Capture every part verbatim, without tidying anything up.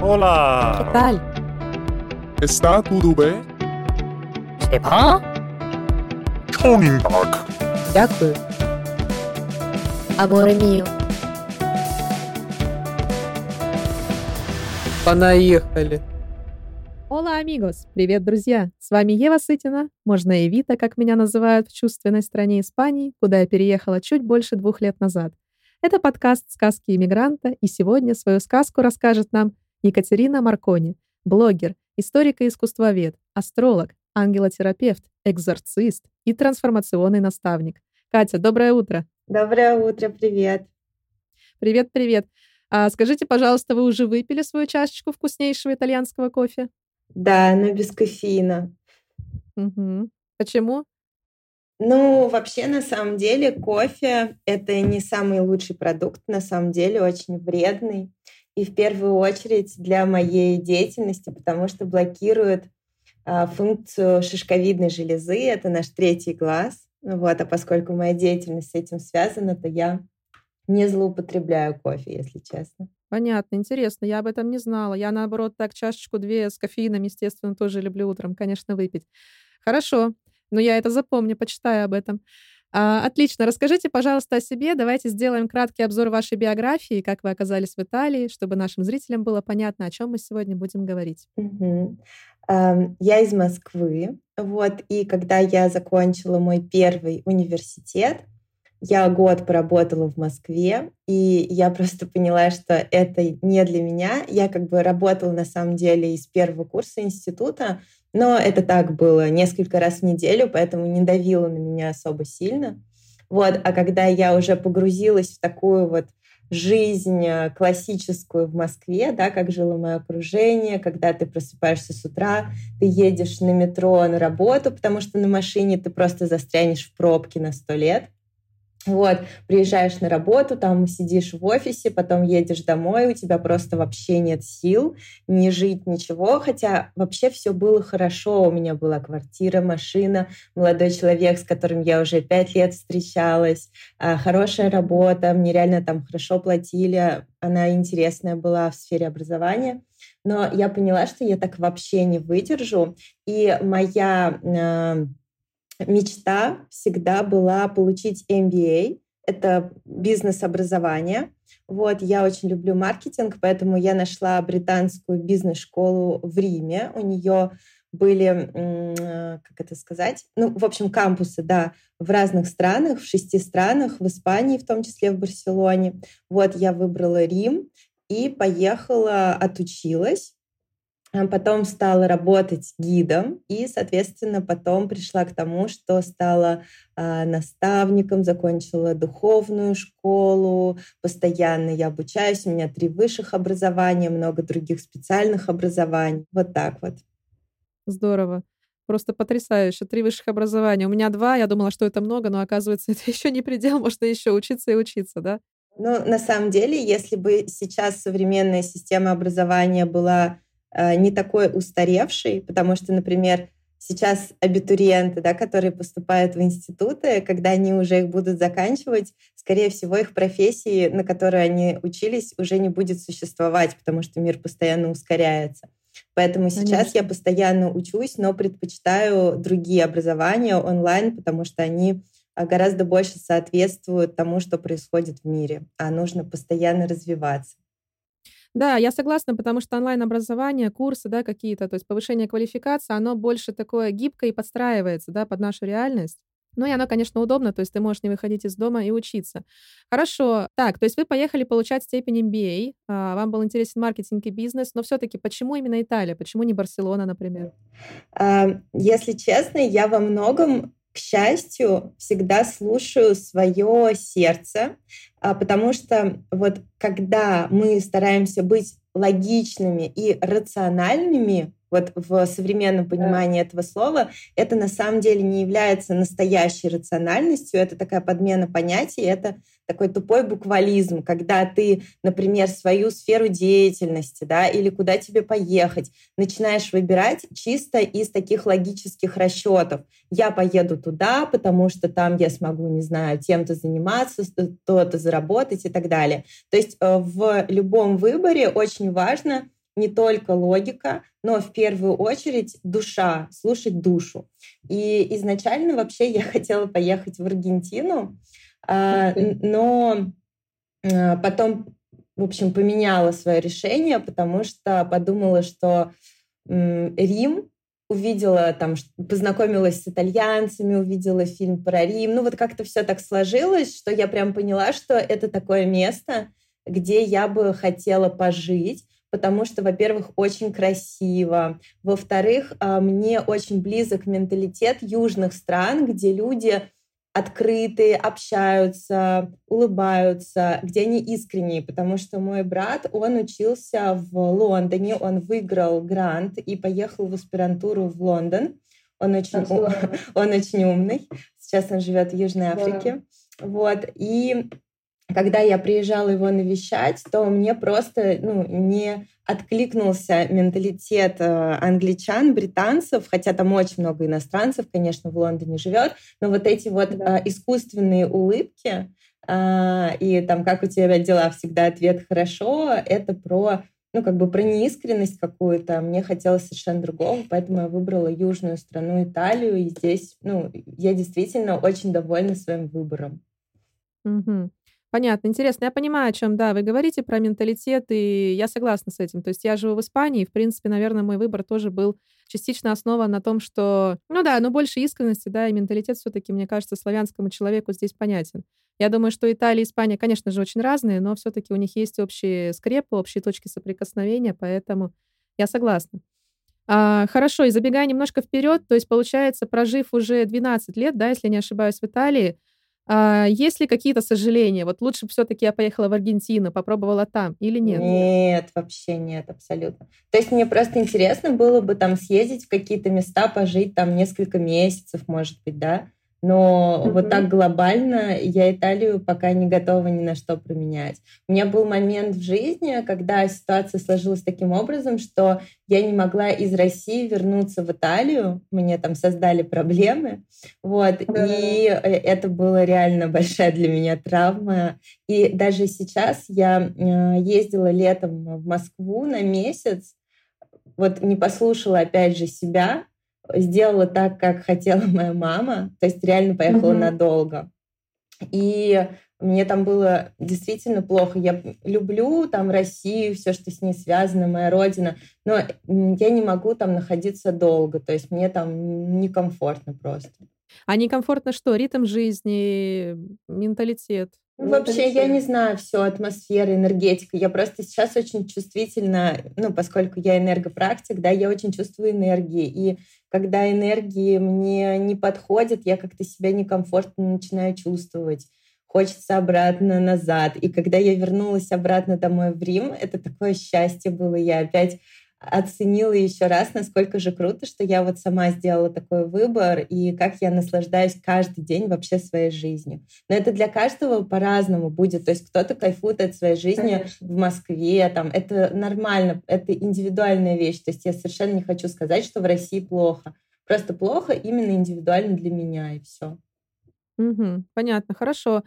Hola. ¿Qué tal? ¿Está todo bien? ¿Se va? Чонгин так. Дякую. Amore mio. Понаехали. Hola, amigos! Привет, друзья! С вами Ева Сытина, можно и Вита, как меня называют в чувственной стране Испании, куда я переехала чуть больше двух лет назад. Это подкаст «Сказки иммигранта», и сегодня свою сказку расскажет нам Екатерина Маркони, блогер, историк и искусствовед, астролог, ангелотерапевт, экзорцист и трансформационный наставник. Катя, доброе утро! Доброе утро, привет! Привет-привет! А скажите, пожалуйста, вы уже выпили свою чашечку вкуснейшего итальянского кофе? Да, но без кофеина. Угу. Почему? Ну, вообще, на самом деле, кофе — это не самый лучший продукт, на самом деле, очень вредный. И в первую очередь для моей деятельности, потому что блокирует а, функцию шишковидной железы, это наш третий глаз. Вот, а поскольку моя деятельность с этим связана, то я не злоупотребляю кофе, если честно. Понятно, интересно, я об этом не знала. Я, наоборот, так чашечку-две с кофеином, естественно, тоже люблю утром, конечно, выпить. Хорошо, но я это запомню, почитаю об этом. А, отлично, расскажите, пожалуйста, о себе. Давайте сделаем краткий обзор вашей биографии, как вы оказались в Италии, чтобы нашим зрителям было понятно, о чем мы сегодня будем говорить. Угу. Я из Москвы, вот, и когда я закончила мой первый университет, я год поработала в Москве, и я просто поняла, что это не для меня. Я как бы работала, на самом деле, из первого курса института, но это так было несколько раз в неделю, поэтому не давило на меня особо сильно. Вот. А когда я уже погрузилась в такую вот жизнь классическую в Москве, да, как жило мое окружение, когда ты просыпаешься с утра, ты едешь на метро на работу, потому что на машине ты просто застрянешь в пробке на сто лет. Вот, приезжаешь на работу, там сидишь в офисе, потом едешь домой, у тебя просто вообще нет сил не жить, ничего, хотя вообще все было хорошо, у меня была квартира, машина, молодой человек, с которым я уже пять лет встречалась, хорошая работа, мне реально там хорошо платили, она интересная была в сфере образования, но я поняла, что я так вообще не выдержу, и моя мечта всегда была получить эм би эй, это бизнес-образование. Вот, я очень люблю маркетинг, поэтому я нашла британскую бизнес-школу в Риме. У нее были, как это сказать, ну, в общем, кампусы, да, в разных странах, в шести странах, в Испании, в том числе в Барселоне. Вот, я выбрала Рим и поехала, отучилась. Потом стала работать гидом и, соответственно, потом пришла к тому, что стала э, наставником, закончила духовную школу, постоянно я обучаюсь, у меня три высших образования, много других специальных образований. Вот так вот. Здорово. Просто потрясающе. Три высших образования. У меня два, я думала, что это много, но оказывается, это еще не предел, можно еще учиться и учиться, да? Ну, на самом деле, если бы сейчас современная система образования была не такой устаревший, потому что, например, сейчас абитуриенты, да, которые поступают в институты, когда они уже их будут заканчивать, скорее всего, их профессии, на которые они учились, уже не будет существовать, потому что мир постоянно ускоряется. Поэтому сейчас Конечно. Я постоянно учусь, но предпочитаю другие образования онлайн, потому что они гораздо больше соответствуют тому, что происходит в мире, а нужно постоянно развиваться. Да, я согласна, потому что онлайн-образование, курсы, да, какие-то, то есть повышение квалификации, оно больше такое гибкое и подстраивается, да, под нашу реальность. Ну и оно, конечно, удобно, то есть ты можешь не выходить из дома и учиться. Хорошо. Так, то есть вы поехали получать степень эм би эй, вам был интересен маркетинг и бизнес, но все-таки почему именно Италия, почему не Барселона, например? Если честно, я во многом, к счастью, всегда слушаю свое сердце, потому что вот когда мы стараемся быть логичными и рациональными, вот в современном понимании этого слова, это на самом деле не является настоящей рациональностью, это такая подмена понятий, это такой тупой буквализм, когда ты, например, свою сферу деятельности, да, или куда тебе поехать, начинаешь выбирать чисто из таких логических расчетов. Я поеду туда, потому что там я смогу, не знаю, тем-то заниматься, то-то заработать и так далее. То есть в любом выборе очень важно не только логика, но в первую очередь душа, слушать душу. И изначально вообще я хотела поехать в Аргентину, но потом, в общем, поменяла свое решение, потому что подумала, что Рим, увидела там, познакомилась с итальянцами, увидела фильм про Рим. Ну вот как-то все так сложилось, что я прям поняла, что это такое место, где я бы хотела пожить, потому что, во-первых, очень красиво, во-вторых, мне очень близок менталитет южных стран, где люди открытые, общаются, улыбаются, где они искренние, потому что мой брат, он учился в Лондоне, он выиграл грант и поехал в аспирантуру в Лондон. Он очень, у... он очень умный. Сейчас он живет в Южной Африке. Да. Вот. И когда я приезжала его навещать, то мне просто ну, не откликнулся менталитет англичан, британцев, хотя там очень много иностранцев, конечно, в Лондоне живет, но вот эти вот да. искусственные улыбки и там «как у тебя дела?» всегда ответ «хорошо», это про, ну, как бы про неискренность какую-то. Мне хотелось совершенно другого, поэтому я выбрала южную страну Италию, и здесь, ну, я действительно очень довольна своим выбором. Угу. Понятно, интересно. Я понимаю, о чем, да, вы говорите про менталитет, и я согласна с этим. То есть я живу в Испании, и, в принципе, наверное, мой выбор тоже был частично основан на том, что, ну да, но больше искренности, да, и менталитет все-таки, мне кажется, славянскому человеку здесь понятен. Я думаю, что Италия и Испания, конечно же, очень разные, но все-таки у них есть общие скрепы, общие точки соприкосновения, поэтому я согласна. А, хорошо, и забегая немножко вперед, то есть, получается, прожив уже двенадцать лет, да, если не ошибаюсь, в Италии, А, есть ли какие-то сожаления? Вот лучше бы все-таки я поехала в Аргентину, попробовала там или нет? Нет, вообще нет, абсолютно. То есть мне просто интересно было бы там съездить в какие-то места, пожить там несколько месяцев, может быть, да? Но mm-hmm. вот так глобально я Италию пока не готова ни на что променять. У меня был момент в жизни, когда ситуация сложилась таким образом, что я не могла из России вернуться в Италию. Мне там создали проблемы. Вот. Mm-hmm. И это была реально большая для меня травма. И даже сейчас я ездила летом в Москву на месяц, вот не послушала опять же себя, сделала так, как хотела моя мама, то есть реально поехала mm-hmm. надолго. И мне там было действительно плохо. Я люблю там Россию, все, что с ней связано, моя родина, но я не могу там находиться долго, то есть мне там некомфортно просто. А некомфортно что? Ритм жизни, менталитет? Ну, вообще, я не знаю, все, атмосфера, энергетика. Я просто сейчас очень чувствительна, ну, поскольку я энергопрактик, да, я очень чувствую энергии. И когда энергии мне не подходят, я как-то себя некомфортно начинаю чувствовать. Хочется обратно назад. И когда я вернулась обратно домой в Рим, это такое счастье было. Я опять оценила еще раз, насколько же круто, что я вот сама сделала такой выбор, и как я наслаждаюсь каждый день вообще своей жизнью. Но это для каждого по-разному будет. То есть кто-то кайфует от своей жизни Конечно. В Москве, там, это нормально, это индивидуальная вещь. То есть я совершенно не хочу сказать, что в России плохо. Просто плохо именно индивидуально для меня, и все. Угу, понятно, хорошо.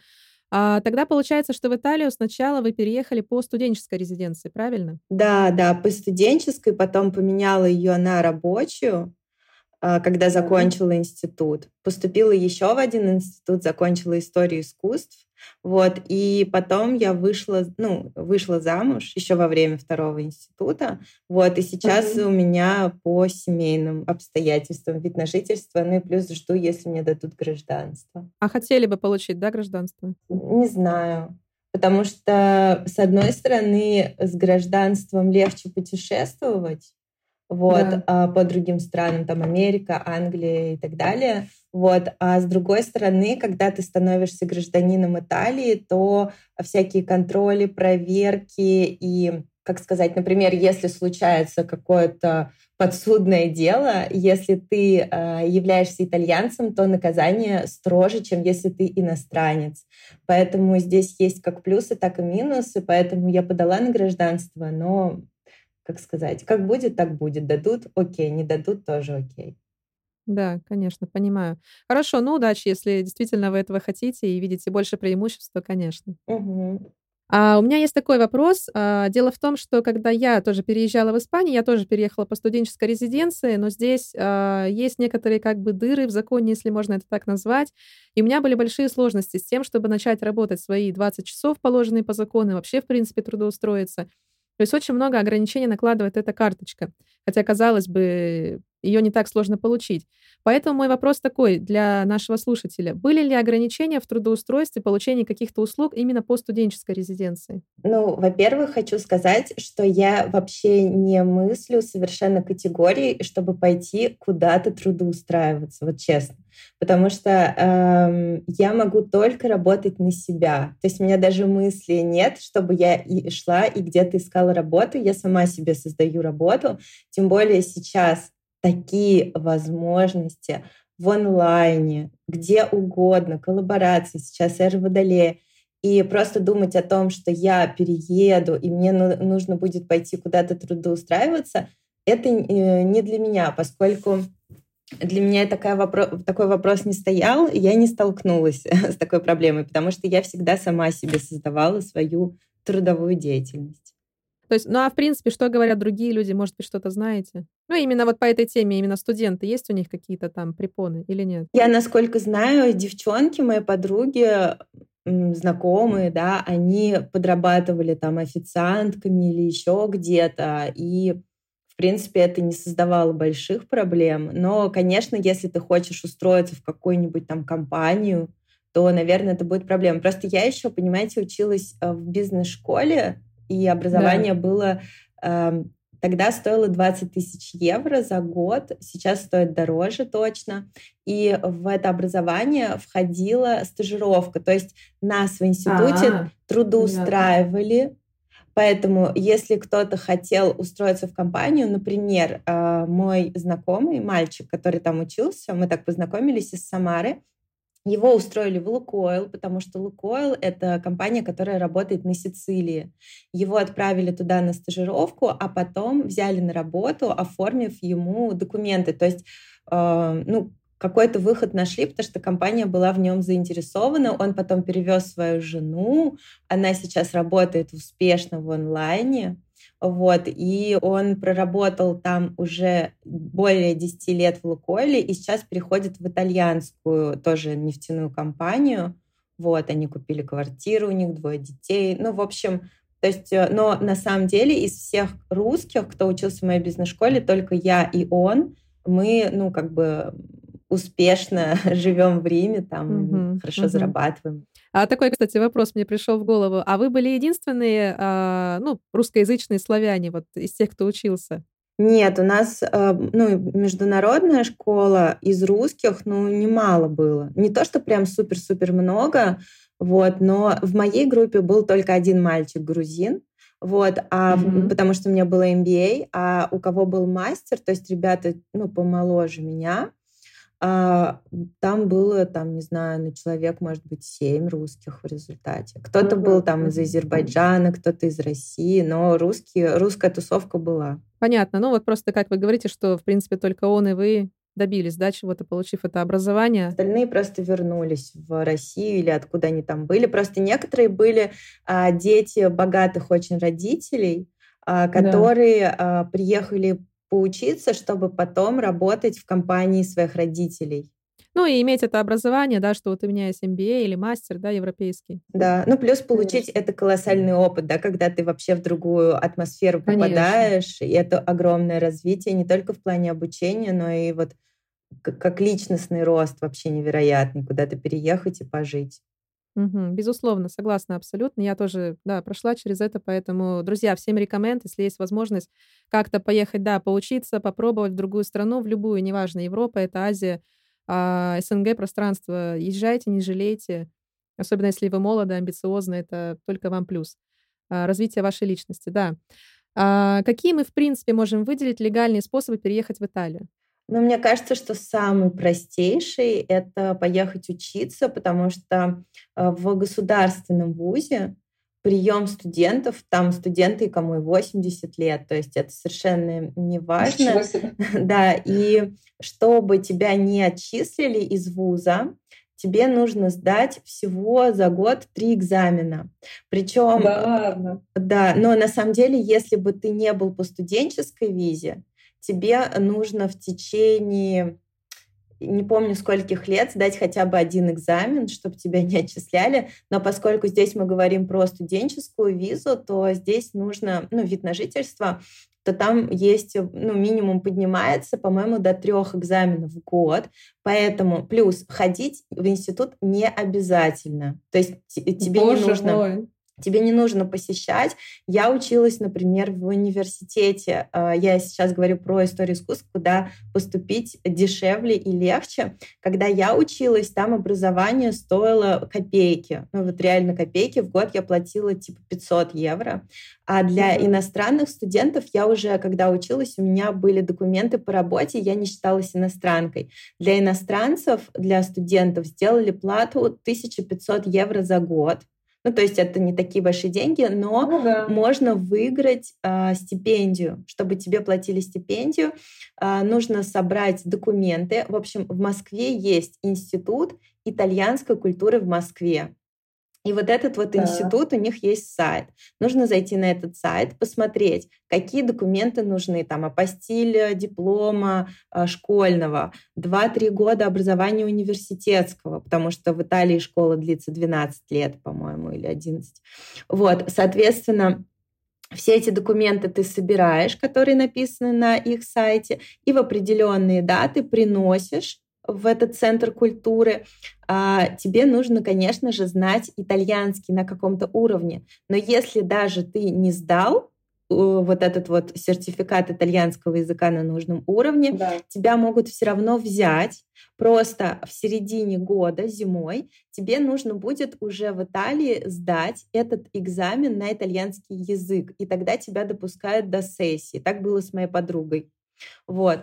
А тогда получается, что в Италию сначала вы переехали по студенческой резиденции, правильно? Да, да, по студенческой, потом поменяла ее на рабочую, когда закончила институт. Поступила еще в один институт, закончила историю искусств. Вот, и потом я вышла, ну, вышла замуж еще во время второго института. Вот, и сейчас uh-huh. у меня по семейным обстоятельствам вид на жительство, ну и плюс жду, если мне дадут гражданство. А хотели бы получить, да, гражданство? Не знаю. Потому что, с одной стороны, с гражданством легче путешествовать, вот, да. а по другим странам, там Америка, Англия и так далее. Вот. А с другой стороны, когда ты становишься гражданином Италии, то всякие контроли, проверки и, как сказать, например, если случается какое-то подсудное дело, если ты э, являешься итальянцем, то наказание строже, чем если ты иностранец. Поэтому здесь есть как плюсы, так и минусы, поэтому я подала на гражданство, но, как сказать, как будет, так будет. Дадут — окей, не дадут — тоже окей. Да, конечно, понимаю. Хорошо, ну удачи, если действительно вы этого хотите и видите больше преимуществ, то, конечно. Угу. А у меня есть такой вопрос. А, Дело в том, что когда я тоже переезжала в Испанию, я тоже переехала по студенческой резиденции, но здесь а, есть некоторые как бы дыры в законе, если можно это так назвать. И у меня были большие сложности с тем, чтобы начать работать свои двадцать часов, положенные по закону, и вообще, в принципе, трудоустроиться. То есть очень много ограничений накладывает эта карточка. Хотя, казалось бы, ее не так сложно получить. Поэтому мой вопрос такой для нашего слушателя. Были ли ограничения в трудоустройстве, получении каких-то услуг именно по студенческой резиденции? Ну, во-первых, хочу сказать, что я вообще не мыслю совершенно категории, чтобы пойти куда-то трудоустраиваться, вот честно. Потому что эм, я могу только работать на себя. То есть у меня даже мысли нет, чтобы я и шла и где-то искала работу. Я сама себе создаю работу. Тем более сейчас такие возможности в онлайне, где угодно, коллаборации, сейчас эра Водолея. И просто думать о том, что я перееду, и мне нужно будет пойти куда-то трудоустраиваться, это не для меня, поскольку для меня такая вопро- такой вопрос не стоял, и я не столкнулась с такой проблемой, потому что я всегда сама себе создавала свою трудовую деятельность. То есть, ну а в принципе, что говорят другие люди? Может быть, что-то знаете? Ну, именно вот по этой теме, именно студенты, есть у них какие-то там препоны или нет? Я, насколько знаю, девчонки, мои подруги, м, знакомые, да, они подрабатывали там официантками или еще где-то, и в принципе это не создавало больших проблем. Но, конечно, если ты хочешь устроиться в какую-нибудь там компанию, то, наверное, это будет проблема. Просто я еще, понимаете, училась э, в бизнес-школе, и Да. образование было э, тогда стоило двадцать тысяч евро за год, сейчас стоит дороже точно. И в это образование входила стажировка. То есть нас в институте А, трудоустраивали. Поэтому если кто-то хотел устроиться в компанию, например, э, мой знакомый, мальчик, который там учился, мы так познакомились из Самары, его устроили в «Лукойл», потому что «Лукойл» — это компания, которая работает на Сицилии. Его отправили туда на стажировку, а потом взяли на работу, оформив ему документы. То есть, э, ну, какой-то выход нашли, потому что компания была в нем заинтересована. Он потом перевез свою жену. Она сейчас работает успешно в онлайне. Вот, и он проработал там уже более десять лет в «Лукойле» и сейчас переходит в итальянскую тоже нефтяную компанию. Вот, они купили квартиру, у них двое детей. Ну, в общем, то есть, но на самом деле из всех русских, кто учился в моей бизнес-школе, только я и он, мы, ну, как бы успешно живем в Риме, там Мгм, хорошо мгм. зарабатываем. А такой, кстати, вопрос мне пришел в голову. А вы были единственные, а, ну, русскоязычные славяне вот из тех, кто учился? Нет, у нас э, ну, международная школа из русских, ну, немало было. Не то, что прям супер-супер много, вот, но в моей группе был только один мальчик грузин, вот, а, в- Мгм. потому что у меня было эм би эй, а у кого был мастер, то есть ребята, ну, помоложе меня, а, там было, там, не знаю, на человек, может быть, семь русских в результате. Кто-то Мгм, был там из мгм. Азербайджана, кто-то из России, но русские, русская тусовка была. Понятно. Ну вот просто как вы говорите, что, в принципе, только он и вы добились, да, чего-то, получив это образование. Остальные просто вернулись в Россию или откуда они там были. Просто некоторые были а, дети богатых очень родителей, а, Да. которые а, приехали поучиться, чтобы потом работать в компании своих родителей. Ну и иметь это образование, да, что вот у меня есть эм би эй или мастер, да, европейский. Да, ну плюс получить Конечно. это колоссальный опыт, да, когда ты вообще в другую атмосферу Конечно. попадаешь, и это огромное развитие не только в плане обучения, но и вот к- как личностный рост вообще невероятный, куда-то переехать и пожить. Мгм. Безусловно, согласна абсолютно. Я тоже, да, прошла через это, поэтому, друзья, всем рекоменд, если есть возможность как-то поехать, да, поучиться, попробовать в другую страну, в любую, неважно, Европа, это Азия, а, эс эн гэ пространство, езжайте, не жалейте, особенно если вы молоды, амбициозны, это только вам плюс. А, развитие вашей личности, да. А, какие мы, в принципе, можем выделить легальные способы переехать в Италию? Но мне кажется, что самый простейший — это поехать учиться, потому что э, в государственном вузе прием студентов, там студенты, кому и восемьдесят лет, то есть это совершенно не важно. Ничего себе. Да, и чтобы тебя не отчислили из вуза, тебе нужно сдать всего за год три экзамена. Причем, Да ладно. да, но на самом деле, если бы ты не был по студенческой визе, тебе нужно в течение, не помню, скольких лет сдать хотя бы один экзамен, чтобы тебя не отчисляли. Но поскольку здесь мы говорим про студенческую визу, то здесь нужно, ну, вид на жительство, то там есть, ну, минимум поднимается, по-моему, до трех экзаменов в год. Поэтому плюс ходить в институт не обязательно. То есть тебе Боже не нужно... мой. Тебе не нужно посещать. Я училась, например, в университете. Я сейчас говорю про историю искусств, куда поступить дешевле и легче. Когда я училась, там образование стоило копейки. Ну вот реально копейки. В год я платила типа пятьсот евро. А для mm-hmm. иностранных студентов я уже, когда училась, у меня были документы по работе, я не считалась иностранкой. Для иностранцев, для студентов сделали плату тысяча пятьсот евро за год. Ну, то есть это не такие большие деньги, но ну, да. можно выиграть э, стипендию. Чтобы тебе платили стипендию, э, нужно собрать документы. В общем, в Москве есть институт итальянской культуры в Москве. И вот этот вот да. институт, у них есть сайт. Нужно зайти на этот сайт, посмотреть, какие документы нужны. Там апостиль диплома э, школьного, два-три года образования университетского, потому что в Италии школа длится двенадцать лет, по-моему, или одиннадцать. Вот, соответственно, все эти документы ты собираешь, которые написаны на их сайте, и в определенные даты приносишь в этот центр культуры. А, тебе нужно, конечно же, знать итальянский на каком-то уровне. Но если даже ты не сдал вот этот вот сертификат итальянского языка на нужном уровне, да. тебя могут все равно взять. Просто в середине года, зимой, тебе нужно будет уже в Италии сдать этот экзамен на итальянский язык, и тогда тебя допускают до сессии. Так было с моей подругой. Вот.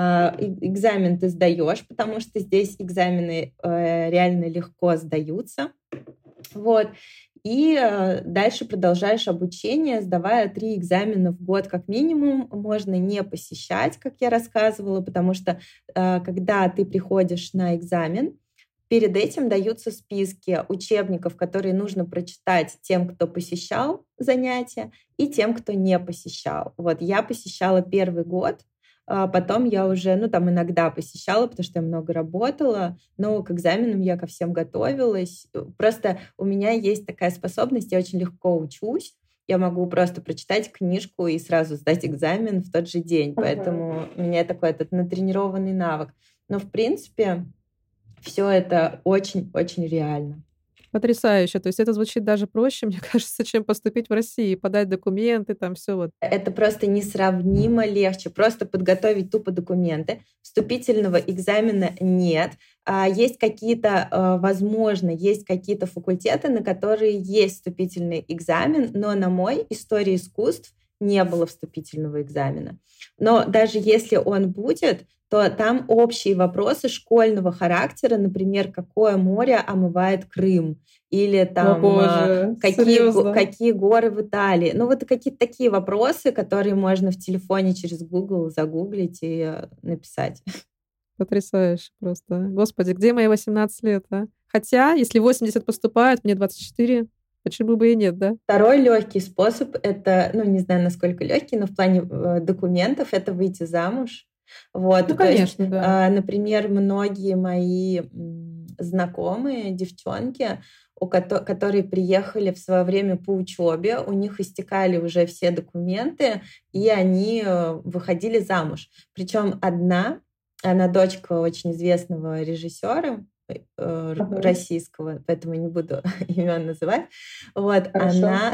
Экзамен ты сдаешь, потому что здесь экзамены реально легко сдаются. Вот. И дальше продолжаешь обучение, сдавая три экзамена в год как минимум. Можно не посещать, как я рассказывала, потому что когда ты приходишь на экзамен, перед этим даются списки учебников, которые нужно прочитать тем, кто посещал занятия, и тем, кто не посещал. Вот я посещала первый год, а потом я уже, ну, там иногда посещала, потому что я много работала, но к экзаменам я ко всем готовилась. Просто у меня есть такая способность, я очень легко учусь. Я могу просто прочитать книжку и сразу сдать экзамен в тот же день. Uh-huh. Поэтому у меня такой этот натренированный навык. Но, в принципе, все это очень-очень реально. Потрясающе. То есть это звучит даже проще, мне кажется, чем поступить в России, подать документы, там все вот. Это просто несравнимо легче. Просто подготовить тупо документы. Вступительного экзамена нет. Есть какие-то, возможно, есть какие-то факультеты, на которые есть вступительный экзамен, но на мой истории искусств не было вступительного экзамена. Но даже если он будет, то там общие вопросы школьного характера, например, какое море омывает Крым, или там О, Боже, какие, какие горы в Италии. Ну вот какие-то такие вопросы, которые можно в телефоне через Google загуглить и написать. Потрясающе просто. Господи, где мои восемнадцать лет, а? Хотя, если восемьдесят поступают, мне двадцать четыре, почему бы и нет, да? Второй легкий способ — это, ну не знаю, насколько легкий, но в плане документов — это выйти замуж. Вот, ну, конечно, есть, да. Например, многие мои знакомые девчонки, у ко- которые приехали в свое время по учебе, у них истекали уже все документы, и они выходили замуж. Причем одна, она дочка очень известного режиссера, Uh-huh. российского, поэтому я не буду имен называть. Вот, она,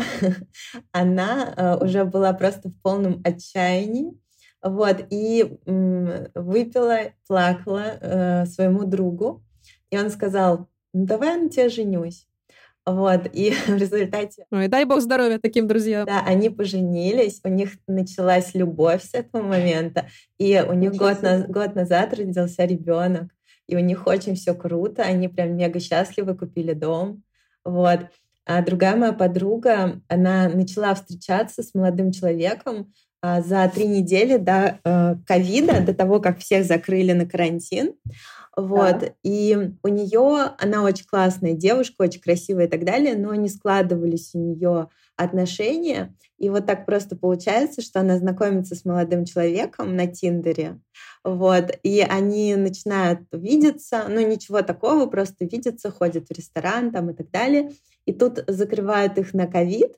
она уже была просто в полном отчаянии. Вот, и м, выпила, плакала э, своему другу, и он сказал: ну, давай я на тебя женюсь. Вот, и в результате... Ой, дай бог здоровья таким друзьям. Да, они поженились, у них началась любовь с этого момента, и у них год, на, год назад родился ребенок, и у них очень все круто, они прям мега счастливы, купили дом. Вот. А другая моя подруга, она начала встречаться с молодым человеком а, за три недели до э, ковида, до того, как всех закрыли на карантин. Вот. Да. И у нее, она очень классная девушка, очень красивая и так далее, но не складывались у нее отношения. И вот так просто получается, что она знакомится с молодым человеком на Тиндере, вот, и они начинают видеться, ну ничего такого, просто видятся, ходят в ресторан там и так далее. И тут закрывают их на ковид,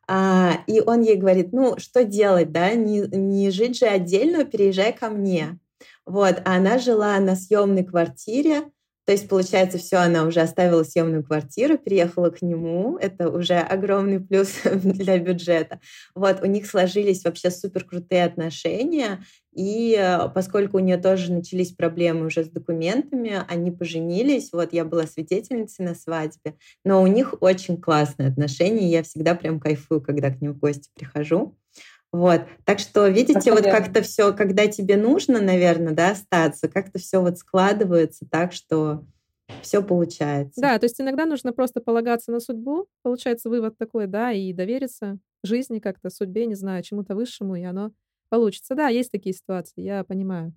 а, и он ей говорит, ну что делать, да, не, не жить же отдельно, переезжай ко мне. Вот, а она жила на съемной квартире, то есть, получается, все, она уже оставила съемную квартиру, переехала к нему. Это уже огромный плюс для бюджета. Вот, у них сложились вообще супер крутые отношения. И поскольку у нее тоже начались проблемы уже с документами, они поженились. Вот, я была свидетельницей на свадьбе. Но у них очень классные отношения. Я всегда прям кайфую, когда к ним в гости прихожу. Вот. Так что, видите, вот как-то все, когда тебе нужно, наверное, да, остаться, как-то все вот складывается так, что все получается. Да, то есть иногда нужно просто полагаться на судьбу. Получается вывод такой, да, и довериться жизни как-то, судьбе, не знаю, чему-то высшему, и оно получится. Да, есть такие ситуации, я понимаю.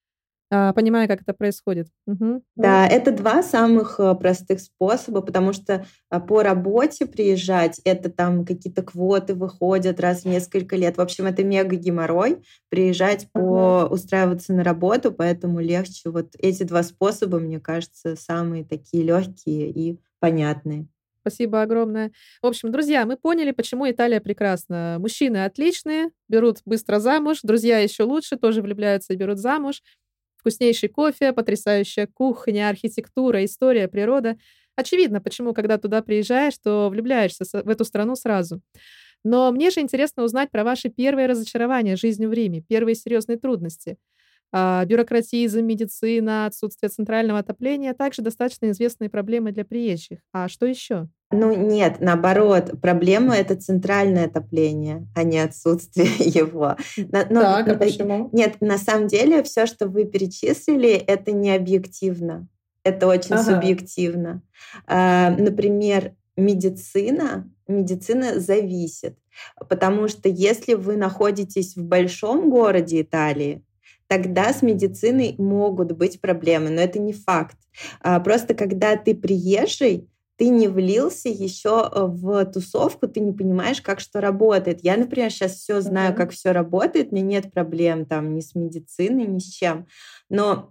А, понимаю, как это происходит. Угу. Да, это два самых простых способа, потому что по работе приезжать, это там какие-то квоты выходят раз в несколько лет. В общем, это мега геморрой приезжать, по устраиваться на работу, поэтому легче. Вот эти два способа, мне кажется, самые такие легкие и понятные. Спасибо огромное. В общем, друзья, мы поняли, почему Италия прекрасна. Мужчины отличные, берут быстро замуж, друзья еще лучше, тоже влюбляются и берут замуж. Вкуснейший кофе, потрясающая кухня, архитектура, история, природа. Очевидно, почему, когда туда приезжаешь, то влюбляешься в эту страну сразу. Но мне же интересно узнать про ваши первые разочарования жизнью в Риме, первые серьезные трудности. Бюрократизм, медицина, отсутствие центрального отопления — также достаточно известные проблемы для приезжих. А что еще? Ну нет, наоборот, проблема — это центральное отопление, а не отсутствие его. Но, так, а почему? Нет, на самом деле все, что вы перечислили, это не объективно, это очень ага. субъективно. А, например, медицина, медицина зависит, потому что если вы находитесь в большом городе Италии, тогда с медициной могут быть проблемы, но это не факт. А, просто когда ты приезжий, ты не влился еще в тусовку, ты не понимаешь, как что работает. Я, например, сейчас все знаю, mm-hmm. как все работает, у меня нет проблем там ни с медициной, ни с чем. Но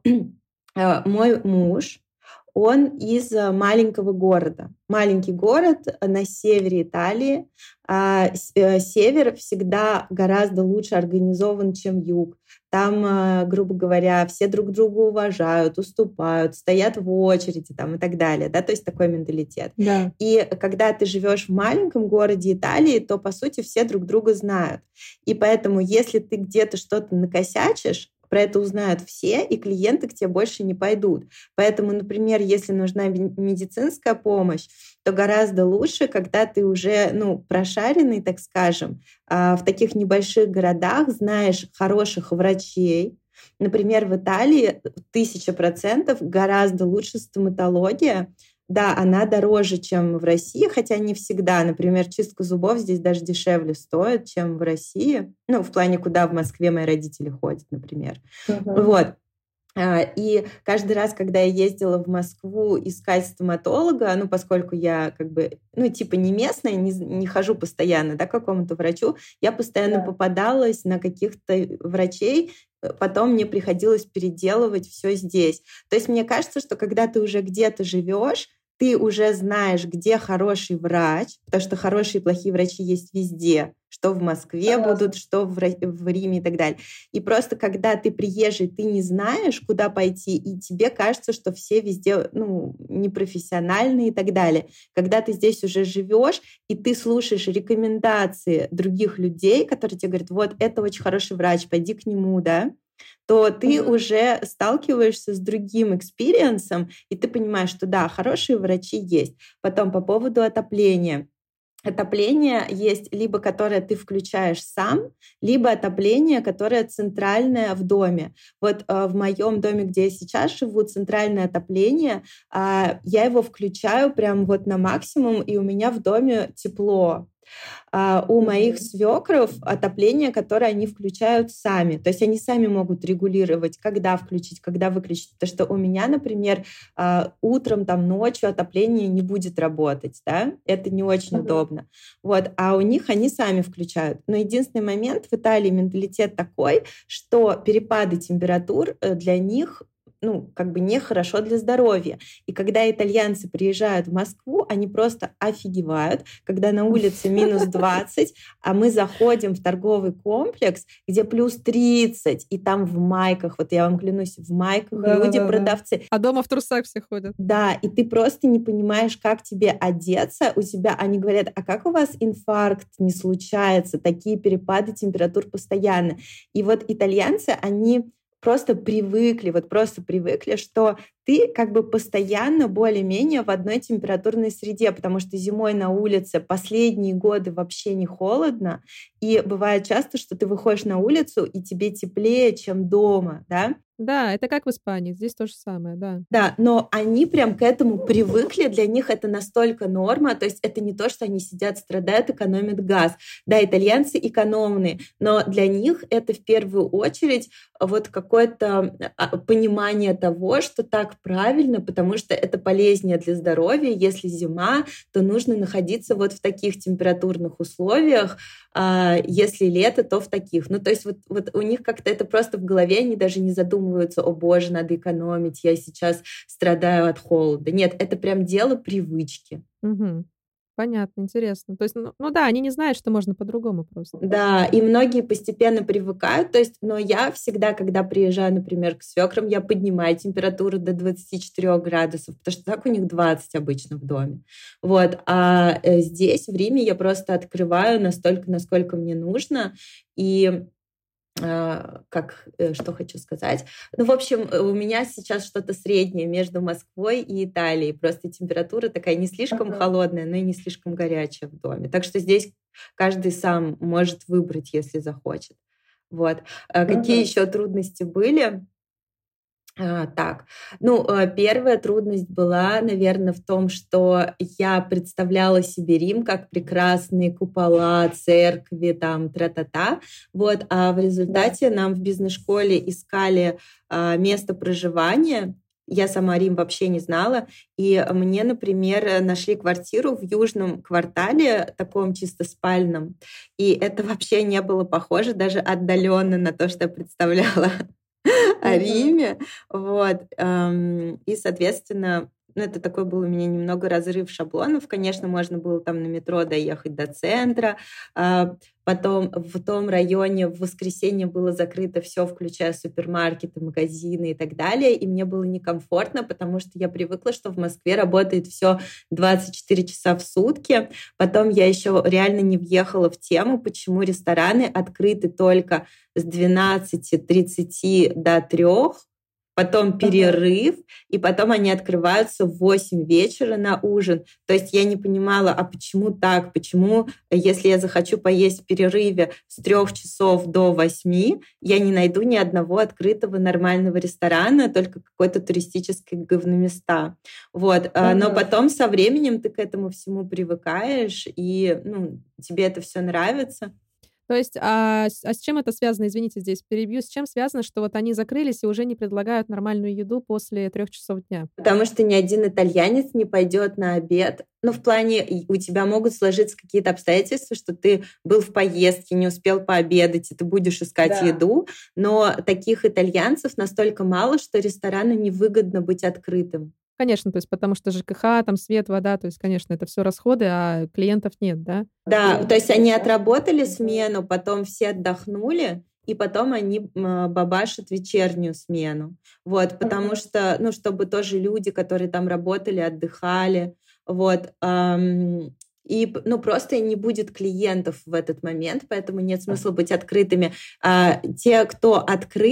мой муж, он из маленького города. Маленький город на севере Италии. А север всегда гораздо лучше организован, чем юг. Там, грубо говоря, все друг друга уважают, уступают, стоят в очереди там, и так далее. Да? То есть такой менталитет. Да. И когда ты живешь в маленьком городе Италии, то, по сути, все друг друга знают. И поэтому, если ты где-то что-то накосячишь, про это узнают все, и клиенты к тебе больше не пойдут. Поэтому, например, если нужна медицинская помощь, то гораздо лучше, когда ты уже ну, прошаренный, так скажем, в таких небольших городах знаешь хороших врачей. Например, в Италии тысяча процентов гораздо лучше стоматология. Да, она дороже, чем в России, хотя не всегда. Например, чистка зубов здесь даже дешевле стоит, чем в России. Ну, в плане, куда в Москве мои родители ходят, например. Uh-huh. Вот. И каждый раз, когда я ездила в Москву искать стоматолога, ну, поскольку я как бы, ну, типа не местная, не, не хожу постоянно, да, к какому-то врачу, я постоянно yeah. попадалась на каких-то врачей, потом мне приходилось переделывать все здесь. То есть мне кажется, что когда ты уже где-то живешь, ты уже знаешь, где хороший врач, потому что хорошие и плохие врачи есть везде, что в Москве Согласна. Будут, что в, в Риме и так далее. И просто когда ты приезжий, ты не знаешь, куда пойти, и тебе кажется, что все везде ну, непрофессиональные и так далее. Когда ты здесь уже живешь, и ты слушаешь рекомендации других людей, которые тебе говорят, вот, это очень хороший врач, пойди к нему, да, то ты mm-hmm. уже сталкиваешься с другим экспириенсом, и ты понимаешь, что да, хорошие врачи есть. Потом по поводу отопления. отопление есть либо которое ты включаешь сам, либо отопление, которое центральное в доме. Вот э, в моем доме, где я сейчас живу, центральное отопление, э, я его включаю прям вот на максимум, и у меня в доме тепло. А у моих свекров отопление, которое они включают сами. То есть они сами могут регулировать, когда включить, когда выключить. Потому что у меня, например, утром, там, ночью отопление не будет работать. Да? Это не очень uh-huh. удобно. Вот. А у них они сами включают. Но единственный момент, в Италии менталитет такой, что перепады температур для них ну, как бы нехорошо для здоровья. И когда итальянцы приезжают в Москву, они просто офигевают, когда на улице минус двадцать, а мы заходим в торговый комплекс, где плюс тридцать, и там в майках, вот я вам клянусь, в майках да, люди, да, продавцы. Да. А дома в трусах все ходят. Да, и ты просто не понимаешь, как тебе одеться. У тебя, они говорят, а как у вас инфаркт не случается? Такие перепады температур постоянно. И вот итальянцы, они просто привыкли, вот просто привыкли, что ты как бы постоянно более-менее в одной температурной среде, потому что зимой на улице последние годы вообще не холодно, и бывает часто, что ты выходишь на улицу, и тебе теплее, чем дома, да? Да, это как в Испании, здесь то же самое, да. Да, но они прям к этому привыкли, для них это настолько норма, то есть это не то, что они сидят, страдают, экономят газ. Да, итальянцы экономные, но для них это в первую очередь вот какое-то понимание того, что так правильно, потому что это полезнее для здоровья. Если зима, то нужно находиться вот в таких температурных условиях, а если лето, то в таких. Ну, то есть вот, вот у них как-то это просто в голове, они даже не задумываются, о боже, надо экономить, я сейчас страдаю от холода. Нет, это прям дело привычки. Угу. Понятно, интересно. То есть, ну, ну да, они не знают, что можно по-другому просто. Да, и многие постепенно привыкают. То есть, но я всегда, когда приезжаю, например, к свекрам, я поднимаю температуру до двадцати четырёх градусов, потому что так у них двадцать обычно в доме. Вот. А здесь, в Риме, я просто открываю настолько, насколько мне нужно. И как, что хочу сказать. Ну, в общем, у меня сейчас что-то среднее между Москвой и Италией. Просто температура такая не слишком uh-huh. холодная, но и не слишком горячая в доме. Так что здесь каждый сам может выбрать, если захочет. Вот. Uh-huh. Какие еще трудности были? А, так, ну, первая трудность была, наверное, в том, что я представляла себе Рим как прекрасные купола, церкви, там, тра-та-та, вот, а в результате да. нам в бизнес-школе искали а, место проживания. Я сама Рим вообще не знала, и мне, например, нашли квартиру в южном квартале, таком чисто спальном, и это вообще не было похоже даже отдаленно на то, что я представляла о Риме, вот, и, соответственно, ну, это такой был у меня немного разрыв шаблонов, конечно, можно было там на метро доехать до центра, потом в том районе в воскресенье было закрыто все, включая супермаркеты, магазины и так далее, и мне было некомфортно, потому что я привыкла, что в Москве работает все двадцать четыре часа в сутки, потом я еще реально не въехала в тему, почему рестораны открыты только с двенадцати тридцати до трёх, потом перерыв, и потом они открываются в восемь вечера на ужин. То есть я не понимала, а почему так? Почему, если я захочу поесть в перерыве с трех часов до восьми, я не найду ни одного открытого нормального ресторана, только какой-то туристический говноместа. Вот. Mm-hmm. Но потом со временем ты к этому всему привыкаешь, и ну, тебе это все нравится. То есть, а, а с чем это связано, извините, здесь перебью, с чем связано, что вот они закрылись и уже не предлагают нормальную еду после трех часов дня? Потому что ни один итальянец не пойдет на обед. Ну, в плане, у тебя могут сложиться какие-то обстоятельства, что ты был в поездке, не успел пообедать, и ты будешь искать да. еду, но таких итальянцев настолько мало, что ресторану невыгодно быть открытым. Конечно, то есть потому что ЖКХ, там свет, вода, то есть, конечно, это все расходы, а клиентов нет, да? Да, то есть они отработали смену, потом все отдохнули, и потом они бабашат вечернюю смену. Вот, потому uh-huh. что, ну, чтобы тоже люди, которые там работали, отдыхали, вот, эм, и, ну, просто не будет клиентов в этот момент, поэтому нет смысла быть открытыми. А те, кто открыт,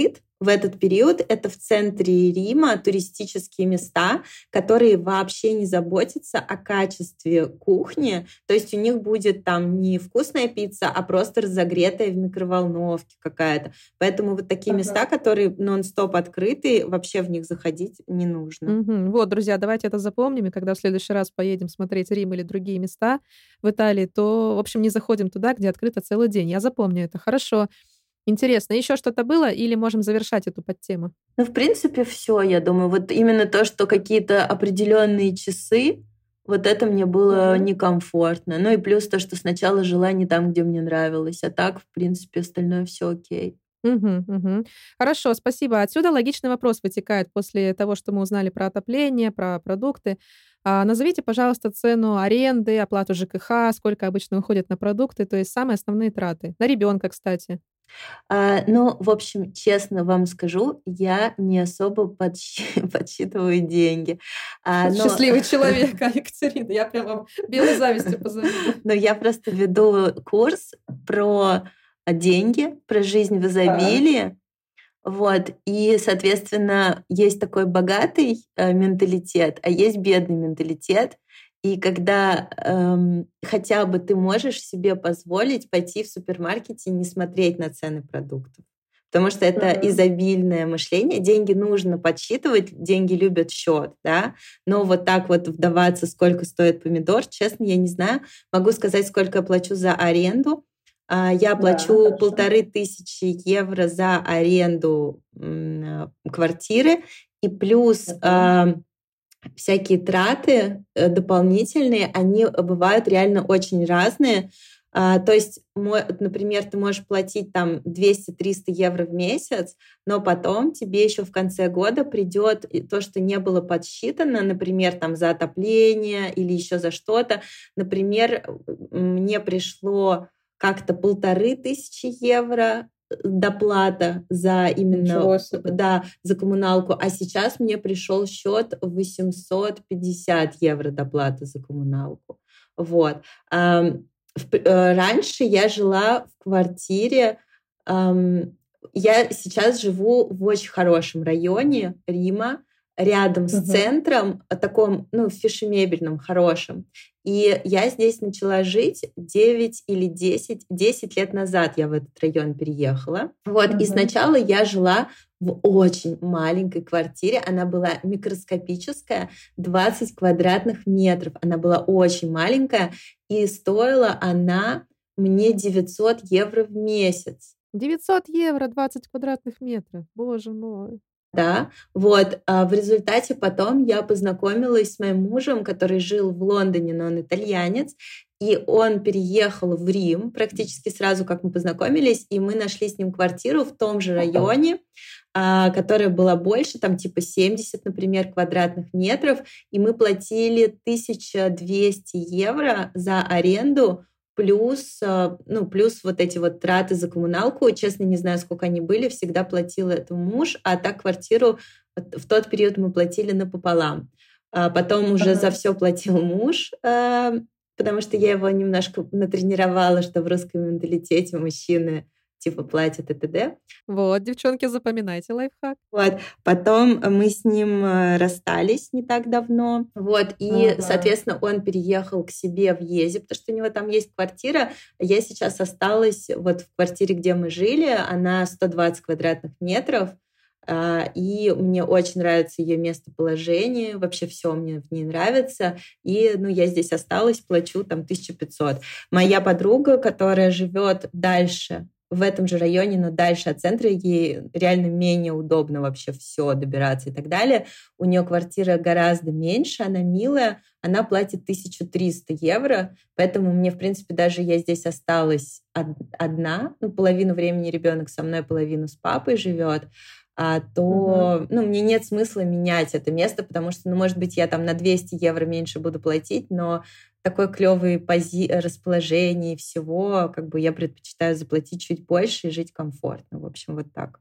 в этот период это в центре Рима туристические места, которые вообще не заботятся о качестве кухни. То есть у них будет там не вкусная пицца, а просто разогретая в микроволновке какая-то. Поэтому вот такие ага. места, которые нон-стоп открыты, вообще в них заходить не нужно. Угу. Вот, друзья, давайте это запомним, и когда в следующий раз поедем смотреть Рим или другие места в Италии, то, в общем, не заходим туда, где открыто целый день. Я запомню это. Хорошо. Интересно, еще что-то было или можем завершать эту подтему? Ну, в принципе, все, я думаю. Вот именно то, что какие-то определенные часы, вот это мне было mm-hmm. некомфортно. Ну и плюс то, что сначала жила не там, где мне нравилось, а так, в принципе, остальное все окей. Угу, угу. Хорошо, спасибо. Отсюда логичный вопрос вытекает после того, что мы узнали про отопление, про продукты. А, назовите, пожалуйста, цену аренды, оплату ЖКХ, сколько обычно уходит на продукты, то есть самые основные траты. На ребенка, кстати. А, ну, в общем, честно вам скажу, я не особо подсчи- подсчитываю деньги. А, но... Счастливый человек, Екатерина, я прям вам белой завистью позавидую. Но я просто веду курс про деньги, про жизнь в изобилии. Вот. И, соответственно, есть такой богатый э, менталитет, а есть бедный менталитет. И когда эм, хотя бы ты можешь себе позволить пойти в супермаркете и не смотреть на цены продуктов. Потому что это mm-hmm. изобильное мышление. Деньги нужно подсчитывать, деньги любят счет, да. Но вот так вот вдаваться, сколько стоит помидор, честно, я не знаю. Могу сказать, сколько я плачу за аренду. Я плачу да, полторы тысячи евро за аренду квартиры, и плюс uh-huh. э, всякие траты дополнительные, они бывают реально очень разные. А, то есть, мой, например, ты можешь платить там двести-триста евро в месяц, но потом тебе еще в конце года придет то, что не было подсчитано, например, там за отопление или еще за что-то. Например, мне пришло как-то полторы тысячи евро доплата за именно да, за коммуналку, а сейчас мне пришел счет восемьсот пятьдесят евро доплата за коммуналку. Вот. Раньше я жила в квартире, я сейчас живу в очень хорошем районе Рима, рядом с uh-huh. центром, таком, ну, фешемебельном, хорошем. И я здесь начала жить девять или десять, десять лет назад я в этот район переехала. Вот, uh-huh. и сначала я жила в очень маленькой квартире. Она была микроскопическая, двадцать квадратных метров. Она была очень маленькая, и стоила она мне девятьсот евро в месяц. девятьсот евро, двадцать квадратных метров. Боже мой. Да, вот. А в результате потом я познакомилась с моим мужем, который жил в Лондоне, но он итальянец, и он переехал в Рим практически сразу, как мы познакомились, и мы нашли с ним квартиру в том же районе, которая была больше, там типа семьдесят, например, квадратных метров, и мы платили тысяча двести евро за аренду, плюс, ну, плюс вот эти вот траты за коммуналку. Честно, не знаю, сколько они были, всегда платил это муж, а так квартиру в тот период мы платили напополам. А потом уже ага. за все платил муж, потому что я его немножко натренировала, что в русском менталитете мужчины типа платят и т.д. Вот, девчонки, запоминайте лайфхак. Вот, потом мы с ним расстались не так давно, вот, и, ага. соответственно, он переехал к себе в Езе, потому что у него там есть квартира. Я сейчас осталась вот в квартире, где мы жили, она сто двадцать квадратных метров, и мне очень нравится ее местоположение, вообще все мне в ней нравится, и, ну, я здесь осталась, плачу там тысячу пятьсот. Моя подруга, которая живет дальше, в этом же районе, но дальше от центра, ей реально менее удобно вообще все добираться и так далее. У нее квартира гораздо меньше, она милая, она платит тысячу триста евро, поэтому мне, в принципе, даже я здесь осталась одна, ну, половину времени ребенок со мной, половину с папой живет, а, то угу. ну, мне нет смысла менять это место, потому что, ну, может быть, я там на двести евро меньше буду платить, но такое клевое пози- расположение всего, как бы я предпочитаю заплатить чуть больше и жить комфортно. В общем, вот так.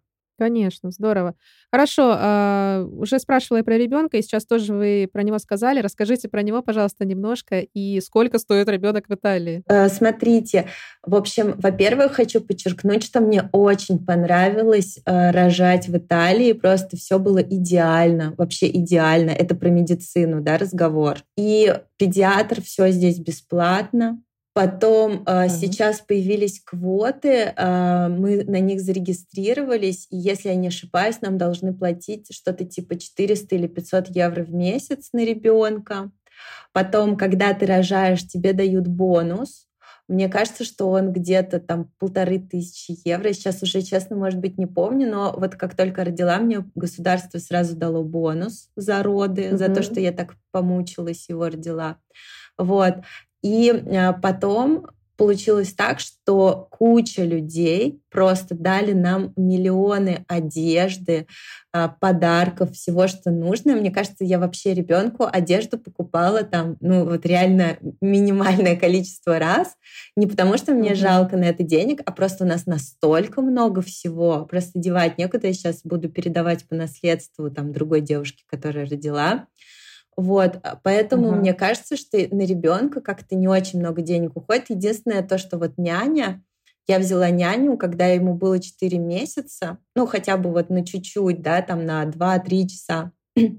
Конечно, здорово. Хорошо, а, уже спрашивала я про ребенка, и сейчас тоже вы про него сказали. Расскажите про него, пожалуйста, немножко, и сколько стоит ребенок в Италии? Э, Смотрите, в общем, во-первых, хочу подчеркнуть, что мне очень понравилось э, рожать в Италии. Просто все было идеально, вообще идеально. Это про медицину, да, разговор. И педиатр, все здесь бесплатно. Потом э, сейчас появились квоты, э, мы на них зарегистрировались, и если я не ошибаюсь, нам должны платить что-то типа четыреста или пятьсот евро в месяц на ребенка. Потом, когда ты рожаешь, тебе дают бонус. Мне кажется, что он где-то там полторы тысячи евро. Сейчас уже, честно, может быть, не помню, но вот как только родила, мне государство сразу дало бонус за роды, mm-hmm. за то, что я так помучилась, его родила. Вот. И потом получилось так, что куча людей просто дали нам миллионы одежды, подарков, всего, что нужно. Мне кажется, я вообще ребенку одежду покупала там, ну вот реально минимальное количество раз. Не потому, что мне mm-hmm. жалко на это денег, а просто у нас настолько много всего. Просто девать некуда. Я сейчас буду передавать по наследству там другой девушке, которая родила. Вот, поэтому uh-huh. мне кажется, что на ребенка как-то не очень много денег уходит. Единственное то, что вот няня, я взяла няню, когда ему было четыре месяца, ну хотя бы вот на чуть-чуть, да, там на два-три часа.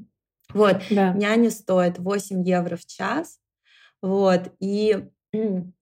Вот, да. Няня стоит восемь евро в час, вот, и ну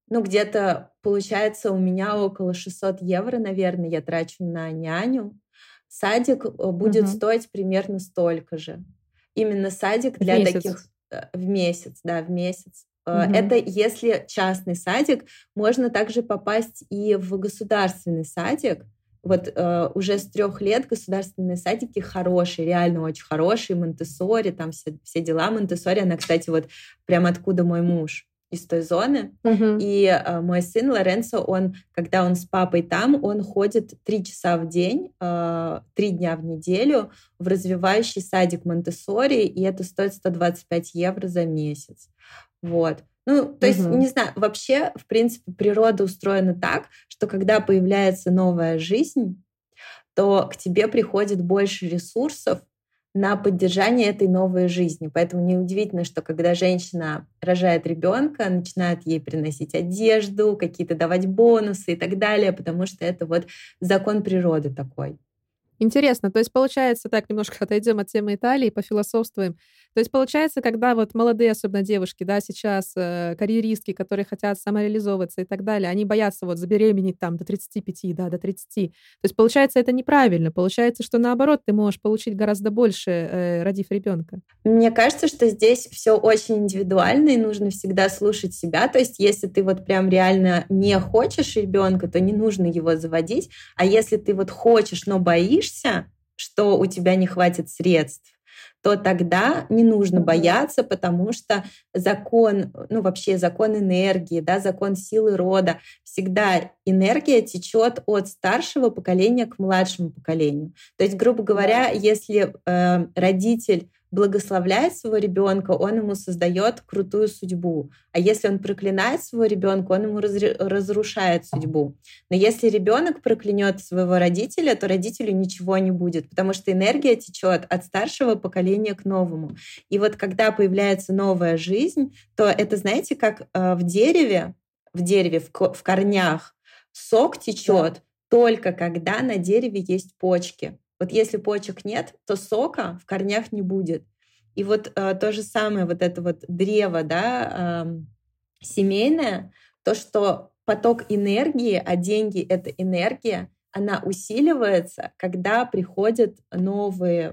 где-то получается у меня около шестьсот евро, наверное, я трачу на няню. Садик будет uh-huh. стоить примерно столько же. Именно садик для в таких в месяц, да, в месяц. Угу. Это если частный садик, можно также попасть и в государственный садик. Вот э, уже с трех лет государственные садики хорошие, реально очень хорошие, Монтессори, там все, все дела. Монтессори, она, кстати, вот прям откуда мой муж, из той зоны. Uh-huh. И э, мой сын Лоренцо, он, когда он с папой там, он ходит три часа в день, э, три дня в неделю в развивающий садик Монтессори, и это стоит сто двадцать пять евро за месяц. Вот. Ну, то uh-huh. есть, не знаю, вообще, в принципе, природа устроена так, что когда появляется новая жизнь, то к тебе приходит больше ресурсов на поддержание этой новой жизни. Поэтому неудивительно, что когда женщина рожает ребенка, начинают ей приносить одежду, какие-то давать бонусы и так далее, потому что это вот закон природы такой. Интересно. То есть, получается, так, немножко отойдем от темы Италии, пофилософствуем. То есть, получается, когда вот молодые, особенно девушки, да, сейчас э, карьеристки, которые хотят самореализовываться и так далее, они боятся вот забеременеть там до тридцати пяти, да, до тридцати. То есть, получается, это неправильно. Получается, что наоборот, ты можешь получить гораздо больше, э, родив ребенка. Мне кажется, что здесь все очень индивидуально, и нужно всегда слушать себя. То есть, если ты вот прям реально не хочешь ребенка, то не нужно его заводить. А если ты вот хочешь, но боишься, что у тебя не хватит средств, то тогда не нужно бояться, потому что закон, ну вообще закон энергии, да, закон силы рода, всегда энергия течет от старшего поколения к младшему поколению. То есть, грубо говоря, да. если э, родитель благословляет своего ребенка, он ему создает крутую судьбу. А если он проклинает своего ребенка, он ему разри- разрушает судьбу. Но если ребенок проклянет своего родителя, то родителю ничего не будет, потому что энергия течет от старшего поколения к новому. И вот когда появляется новая жизнь, то это, знаете, как э, в дереве, в дереве, в, ко- в корнях сок течет да. только когда на дереве есть почки. Вот если почек нет, то сока в корнях не будет. И вот э, то же самое, вот это вот древо, да, э, семейное, то, что поток энергии, а деньги — это энергия, она усиливается, когда приходят новые,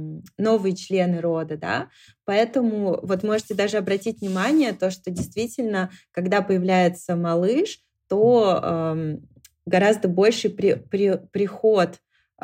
новые члены рода, да. Поэтому вот можете даже обратить внимание, то, что действительно, когда появляется малыш, то э, гораздо больший при, при, приход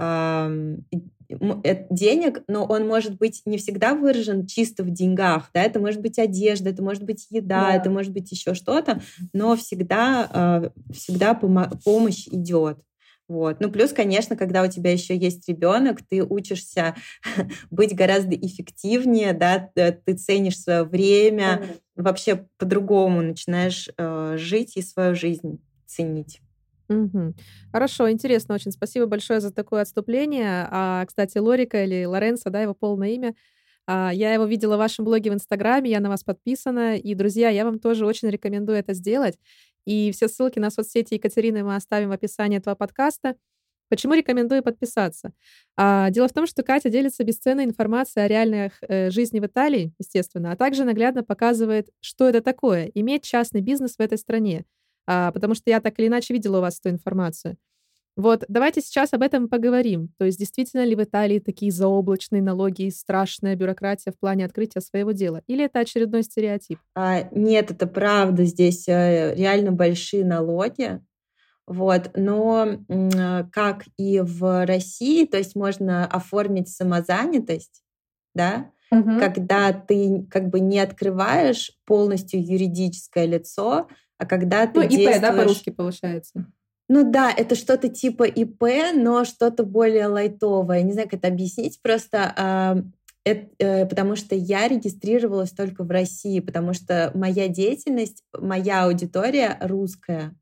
денег, но он может быть не всегда выражен чисто в деньгах, да, это может быть одежда, это может быть еда, да. это может быть еще что-то, но всегда, всегда помощь идет. Вот. Ну, плюс, конечно, когда у тебя еще есть ребенок, ты учишься быть гораздо эффективнее, да, ты ценишь свое время, mm-hmm. вообще по-другому начинаешь жить и свою жизнь ценить. Мгм. Хорошо, интересно очень. Спасибо большое за такое отступление. А, кстати, Лорика или Лоренцо, да, его полное имя. А, я его видела в вашем блоге в Инстаграме, я на вас подписана. И, друзья, я вам тоже очень рекомендую это сделать. И все ссылки на соцсети Екатерины мы оставим в описании этого подкаста. Почему рекомендую подписаться? А, дело в том, что Катя делится бесценной информацией о реальной э, жизни в Италии, естественно, а также наглядно показывает, что это такое — иметь частный бизнес в этой стране. А, потому что я так или иначе видела у вас эту информацию. Вот, давайте сейчас об этом поговорим. То есть действительно ли в Италии такие заоблачные налоги и страшная бюрократия в плане открытия своего дела? Или это очередной стереотип? А, нет, это правда. Здесь э, реально большие налоги. Вот. Но м, как и в России, то есть можно оформить самозанятость, да, Мгм. когда ты как бы не открываешь полностью юридическое лицо, а когда ты Ну, ИП, да, действуешь... по-русски получается. Ну да, это что-то типа ИП, но что-то более лайтовое. Не знаю, как это объяснить, просто а, эт- э, потому что я регистрировалась только в России, потому что моя деятельность, моя аудитория русская.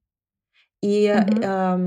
И Мгм.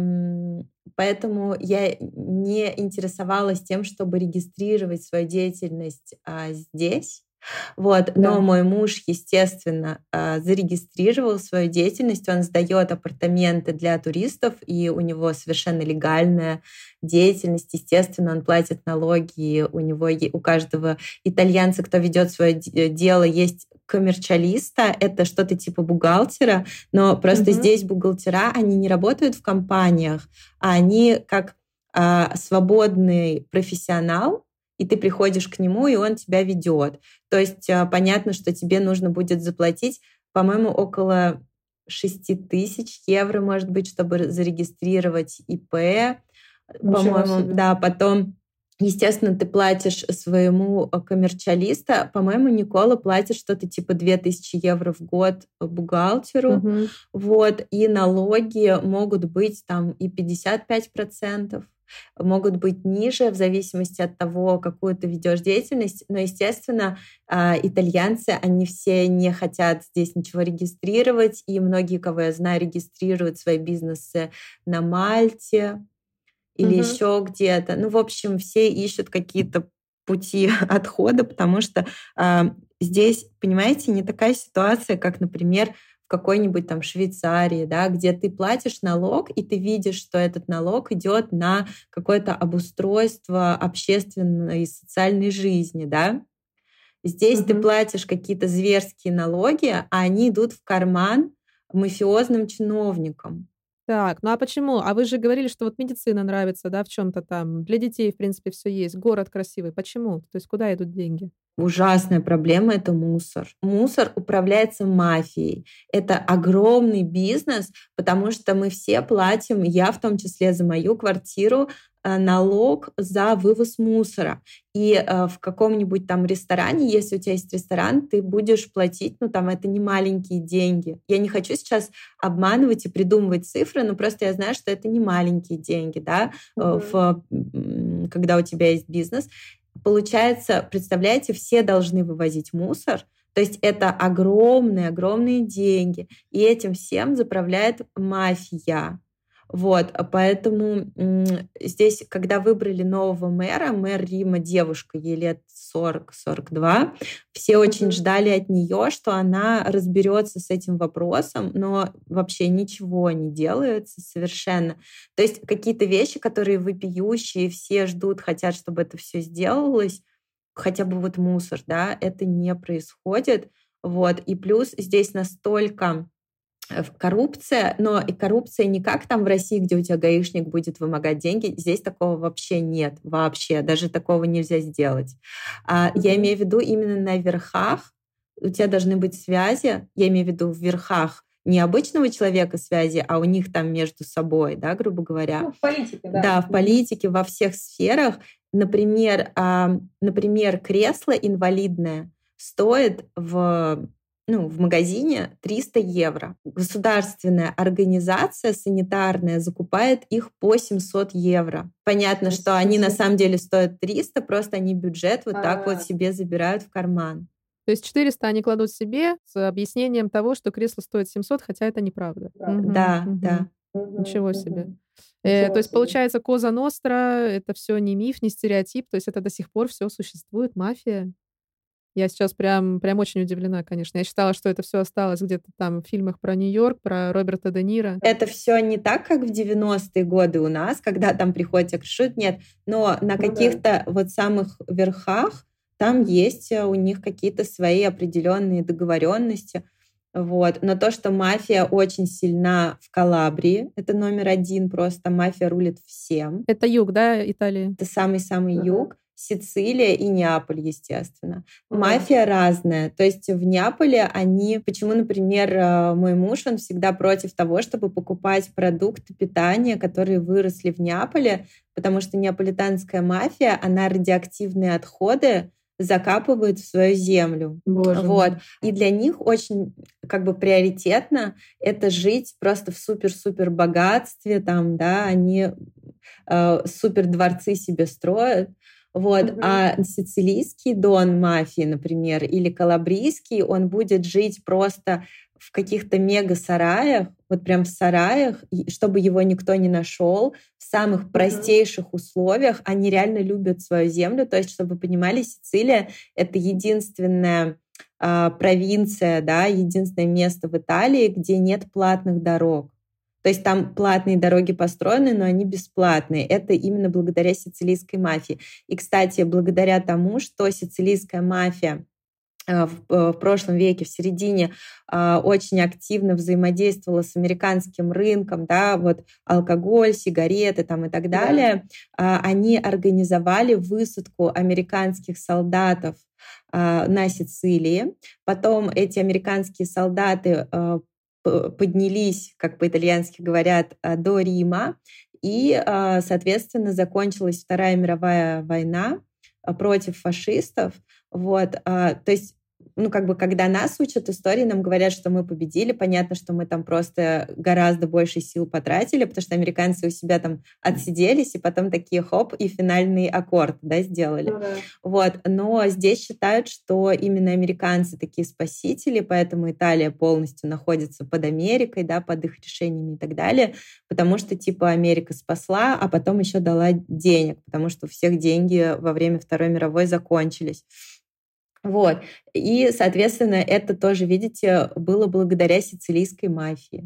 эм, поэтому я не интересовалась тем, чтобы регистрировать свою деятельность а, здесь. Вот. Но Да. мой муж, естественно, а, зарегистрировал свою деятельность. Он сдает апартаменты для туристов, и у него совершенно легальная деятельность. Естественно, он платит налоги. И у него, е- у каждого итальянца, кто ведет свое д- дело, есть коммерчалиста. Это что-то типа бухгалтера. Но просто Мгм. здесь бухгалтера, они не работают в компаниях, а они как а, свободный профессионал, и ты приходишь к нему, и он тебя ведет. То есть а, понятно, что тебе нужно будет заплатить, по-моему, около шесть тысяч евро, может быть, чтобы зарегистрировать ИП. Ничего По-моему, себе. да, потом, естественно, ты платишь своему э, коммерчалиста. По-моему, Никола платит что-то типа две тысячи евро в год бухгалтеру. Мгм. Вот, и налоги могут быть там и пятьдесят пять процентов, могут быть ниже в зависимости от того, какую ты ведешь деятельность. Но, естественно, а, итальянцы, они все не хотят здесь ничего регистрировать, и многие, кого я знаю, регистрируют свои бизнесы на Мальте или Мгм. еще где-то. Ну, в общем, все ищут какие-то пути отхода, потому что а, здесь, понимаете, не такая ситуация, как, например, в какой-нибудь там Швейцарии, да, где ты платишь налог, и ты видишь, что этот налог идет на какое-то обустройство общественной и социальной жизни, да. Здесь ты Мгм. платишь какие-то зверские налоги, а они идут в карман мафиозным чиновникам. Так, ну а почему? А вы же говорили, что вот медицина нравится, да, в чем-то там. Для детей, в принципе, все есть. Город красивый. Почему? То есть куда идут деньги? Ужасная проблема — это мусор. Мусор управляется мафией. Это огромный бизнес, потому что мы все платим, я в том числе за мою квартиру, э, налог за вывоз мусора. И э, в каком-нибудь там ресторане, если у тебя есть ресторан, ты будешь платить, ну там это не маленькие деньги. Я не хочу сейчас обманывать и придумывать цифры, но просто я знаю, что это не маленькие деньги, да, э, Мгм. в, м, когда у тебя есть бизнес. Получается, представляете, все должны вывозить мусор, то есть это огромные-огромные деньги, и этим всем заправляет мафия. Вот, а поэтому м, здесь, когда выбрали нового мэра, мэр Рима девушка, ей лет сорок-сорок два, все очень Мгм. ждали от нее, что она разберется с этим вопросом, но вообще ничего не делается совершенно. То есть какие-то вещи, которые вопиющие, все ждут, хотят, чтобы это все сделалось, хотя бы вот мусор, да, это не происходит. Вот. И плюс здесь настолько э, в- коррупция, но и коррупция не как там в России, где у тебя гаишник будет вымогать деньги. Здесь такого вообще нет, вообще. Даже такого нельзя сделать. А, я Мгм. имею в виду именно на верхах. У тебя должны быть связи, я имею в виду в верхах не обычного человека связи, а у них там между собой, да, грубо говоря. Ну, в политике, да. Да, в Мгм. политике, во всех сферах. Например, а, например, кресло инвалидное стоит в, ну, в магазине триста евро. Государственная организация санитарная закупает их по семьсот евро. Понятно, что они на самом деле стоят триста, просто они бюджет вот так вот А. себе забирают в карман. То есть четыреста они кладут себе с объяснением того, что кресло стоит семьсот, хотя это неправда. Да. Мгм. Да, Мгм. да. Ничего себе. Э, то есть, получается, Коза Ностра — это все не миф, не стереотип, то есть это до сих пор все существует, мафия? Я сейчас прям, прям очень удивлена, конечно. Я считала, что это все осталось где-то там в фильмах про Нью-Йорк, про Роберта Де Ниро. Это все не так, как в девяностые годы у нас, когда там приходят, тебя крышут, нет. Но на Ну каких-то вот самых верхах там есть у них какие-то свои определенные договоренности. Вот. Но то, что мафия очень сильна в Калабрии, это номер один, просто мафия рулит всем. Это юг, да, Италии? Это самый-самый Ага. юг. Сицилия и Неаполь, естественно. Ага. Мафия разная. То есть в Неаполе они... Почему, например, э, мой муж, он всегда против того, чтобы покупать продукты питания, которые выросли в Неаполе, потому что неаполитанская мафия, она радиоактивные отходы закапывает в свою землю. Боже Вот. мой. И для них очень как бы приоритетно это жить просто в супер-супер богатстве, там, да, они э, супер дворцы себе строят. Вот. Мгм. А сицилийский дон мафии, например, или калабрийский, он будет жить просто в каких-то мега-сараях, вот прям в сараях, и чтобы его никто не нашел, в самых простейших условиях. Они реально любят свою землю. То есть, чтобы вы понимали, Сицилия — это единственная а, провинция, да, единственное место в Италии, где нет платных дорог. То есть там платные дороги построены, но они бесплатные. Это именно благодаря сицилийской мафии. И, кстати, благодаря тому, что сицилийская мафия в, в прошлом веке, в середине, очень активно взаимодействовала с американским рынком, да, вот алкоголь, сигареты там и так далее, да. Они организовали высадку американских солдатов на Сицилии. Потом эти американские солдаты поднялись, как по-итальянски говорят, до Рима, и, соответственно, закончилась Вторая мировая война против фашистов. Вот, то есть, ну, как бы, когда нас учат истории, нам говорят, что мы победили. Понятно, что мы там просто гораздо больше сил потратили, потому что американцы у себя там отсиделись, и потом такие хоп, и финальный аккорд, да, сделали. Ну да. Вот. Но здесь считают, что именно американцы такие спасители, поэтому Италия полностью находится под Америкой, да, под их решениями и так далее, потому что, типа, Америка спасла, а потом еще дала денег, потому что у всех деньги во время Второй мировой закончились. Вот. И, соответственно, это тоже, видите, было благодаря сицилийской мафии.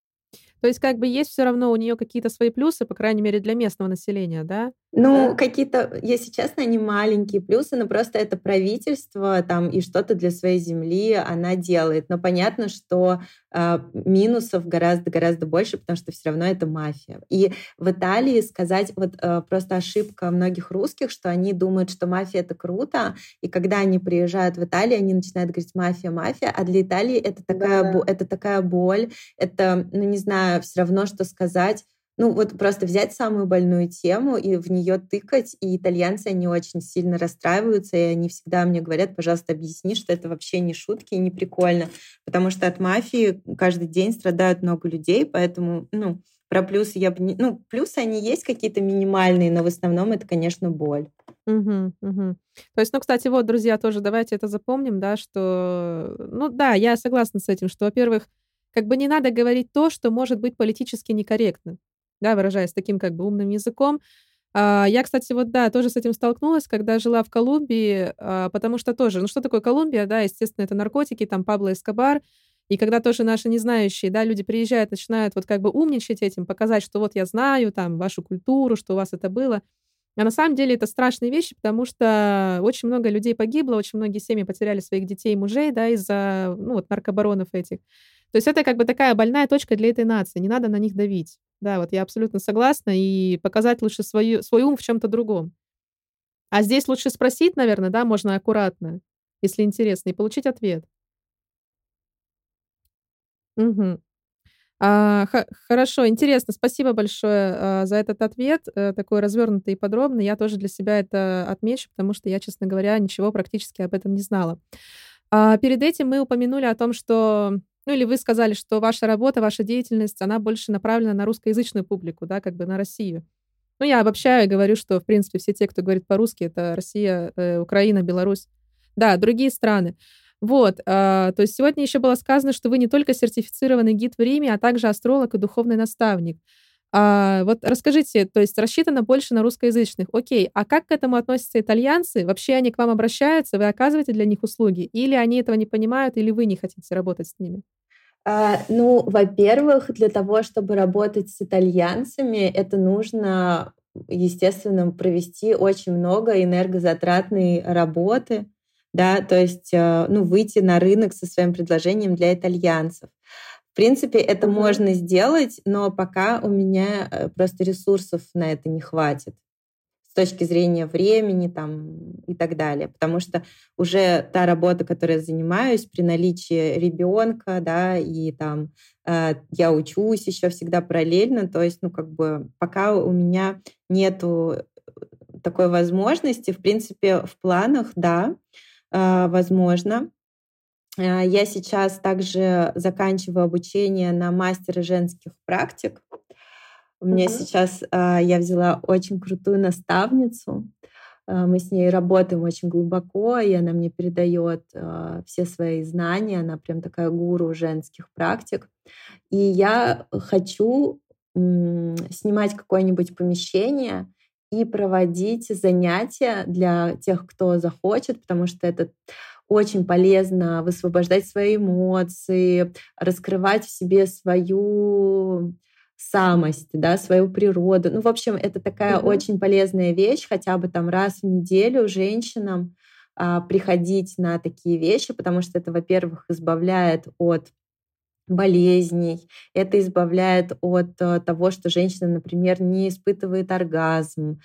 То есть как бы есть все равно у нее какие-то свои плюсы, по крайней мере, для местного населения, да? Ну, Да. какие-то, если честно, они маленькие плюсы, но просто это правительство там и что-то для своей земли она делает. Но понятно, что э, минусов гораздо-гораздо больше, потому что все равно это мафия. И в Италии сказать, вот э, просто ошибка многих русских, что они думают, что мафия — это круто, и когда они приезжают в Италию, они начинают говорить «мафия, мафия», а для Италии это такая, Да-да. бо- это такая боль, это, ну, не знаю, все равно, что сказать. Ну, вот просто взять самую больную тему и в нее тыкать, и итальянцы, они очень сильно расстраиваются, и они всегда мне говорят: пожалуйста, объясни, что это вообще не шутки и не прикольно, потому что от мафии каждый день страдают много людей, поэтому, ну, про плюсы я бы не... Ну, плюсы они есть какие-то минимальные, но в основном это, конечно, боль. Угу, угу. То есть, ну, кстати, вот, друзья, тоже давайте это запомним, да, что... Ну, да, я согласна с этим, что, во-первых, как бы не надо говорить то, что может быть политически некорректно, да, выражаясь таким как бы умным языком. А, Я, кстати, вот, да, тоже с этим столкнулась, когда жила в Колумбии, а, потому что тоже, ну, что такое Колумбия, да, естественно, это наркотики, там Пабло Эскобар, и когда тоже наши незнающие, да, люди приезжают, начинают вот как бы умничать этим, показать, что вот я знаю там вашу культуру, что у вас это было. А на самом деле это страшные вещи, потому что очень много людей погибло, очень многие семьи потеряли своих детей и мужей, да, из-за, ну, вот наркобаронов этих. То есть это как бы такая больная точка для этой нации, не надо на них давить. Да, вот я абсолютно согласна, и показать лучше свою, свой ум в чем-то другом. А здесь лучше спросить, наверное, да, можно аккуратно, если интересно, и получить ответ. Мгм. А, х- хорошо, интересно, спасибо большое а, за этот ответ, э, такой развернутый и подробный. Я тоже для себя это отмечу, потому что я, честно говоря, ничего практически об этом не знала. А, перед этим мы упомянули о том, что, ну или вы сказали, что ваша работа, ваша деятельность, она больше направлена на русскоязычную публику, да, как бы на Россию. Ну, я обобщаю и говорю, что, в принципе, все те, кто говорит по-русски, это Россия, э, Украина, Беларусь, да, другие страны. Вот, а, то есть сегодня еще было сказано, что вы не только сертифицированный гид в Риме, а также астролог и духовный наставник. А, вот расскажите, то есть рассчитано больше на русскоязычных. Окей, а как к этому относятся итальянцы? Вообще они к вам обращаются, вы оказываете для них услуги? Или они этого не понимают, или вы не хотите работать с ними? А, ну, во-первых, для того, чтобы работать с итальянцами, это нужно, естественно, провести очень много энергозатратной работы, да, то есть, ну, выйти на рынок со своим предложением для итальянцев. В принципе, это mm-hmm. можно сделать, но пока у меня просто ресурсов на это не хватит с точки зрения времени там, и так далее. Потому что уже та работа, которой я занимаюсь, при наличии ребенка, да, и там э, я учусь еще всегда параллельно, то есть, ну, как бы пока у меня нету такой возможности, в принципе, в планах, да, э, возможно. Я сейчас также заканчиваю обучение на мастера женских практик. У меня uh-huh. сейчас я взяла очень крутую наставницу. Мы с ней работаем очень глубоко, и она мне передает все свои знания. Она прям такая гуру женских практик. И я хочу снимать какое-нибудь помещение и проводить занятия для тех, кто захочет, потому что это очень полезно высвобождать свои эмоции, раскрывать в себе свою самость, да, свою природу. Ну, в общем, это такая mm-hmm. очень полезная вещь, хотя бы там раз в неделю женщинам а, приходить на такие вещи, потому что это, во-первых, избавляет от болезней, это избавляет от а, того, что женщина, например, не испытывает оргазм,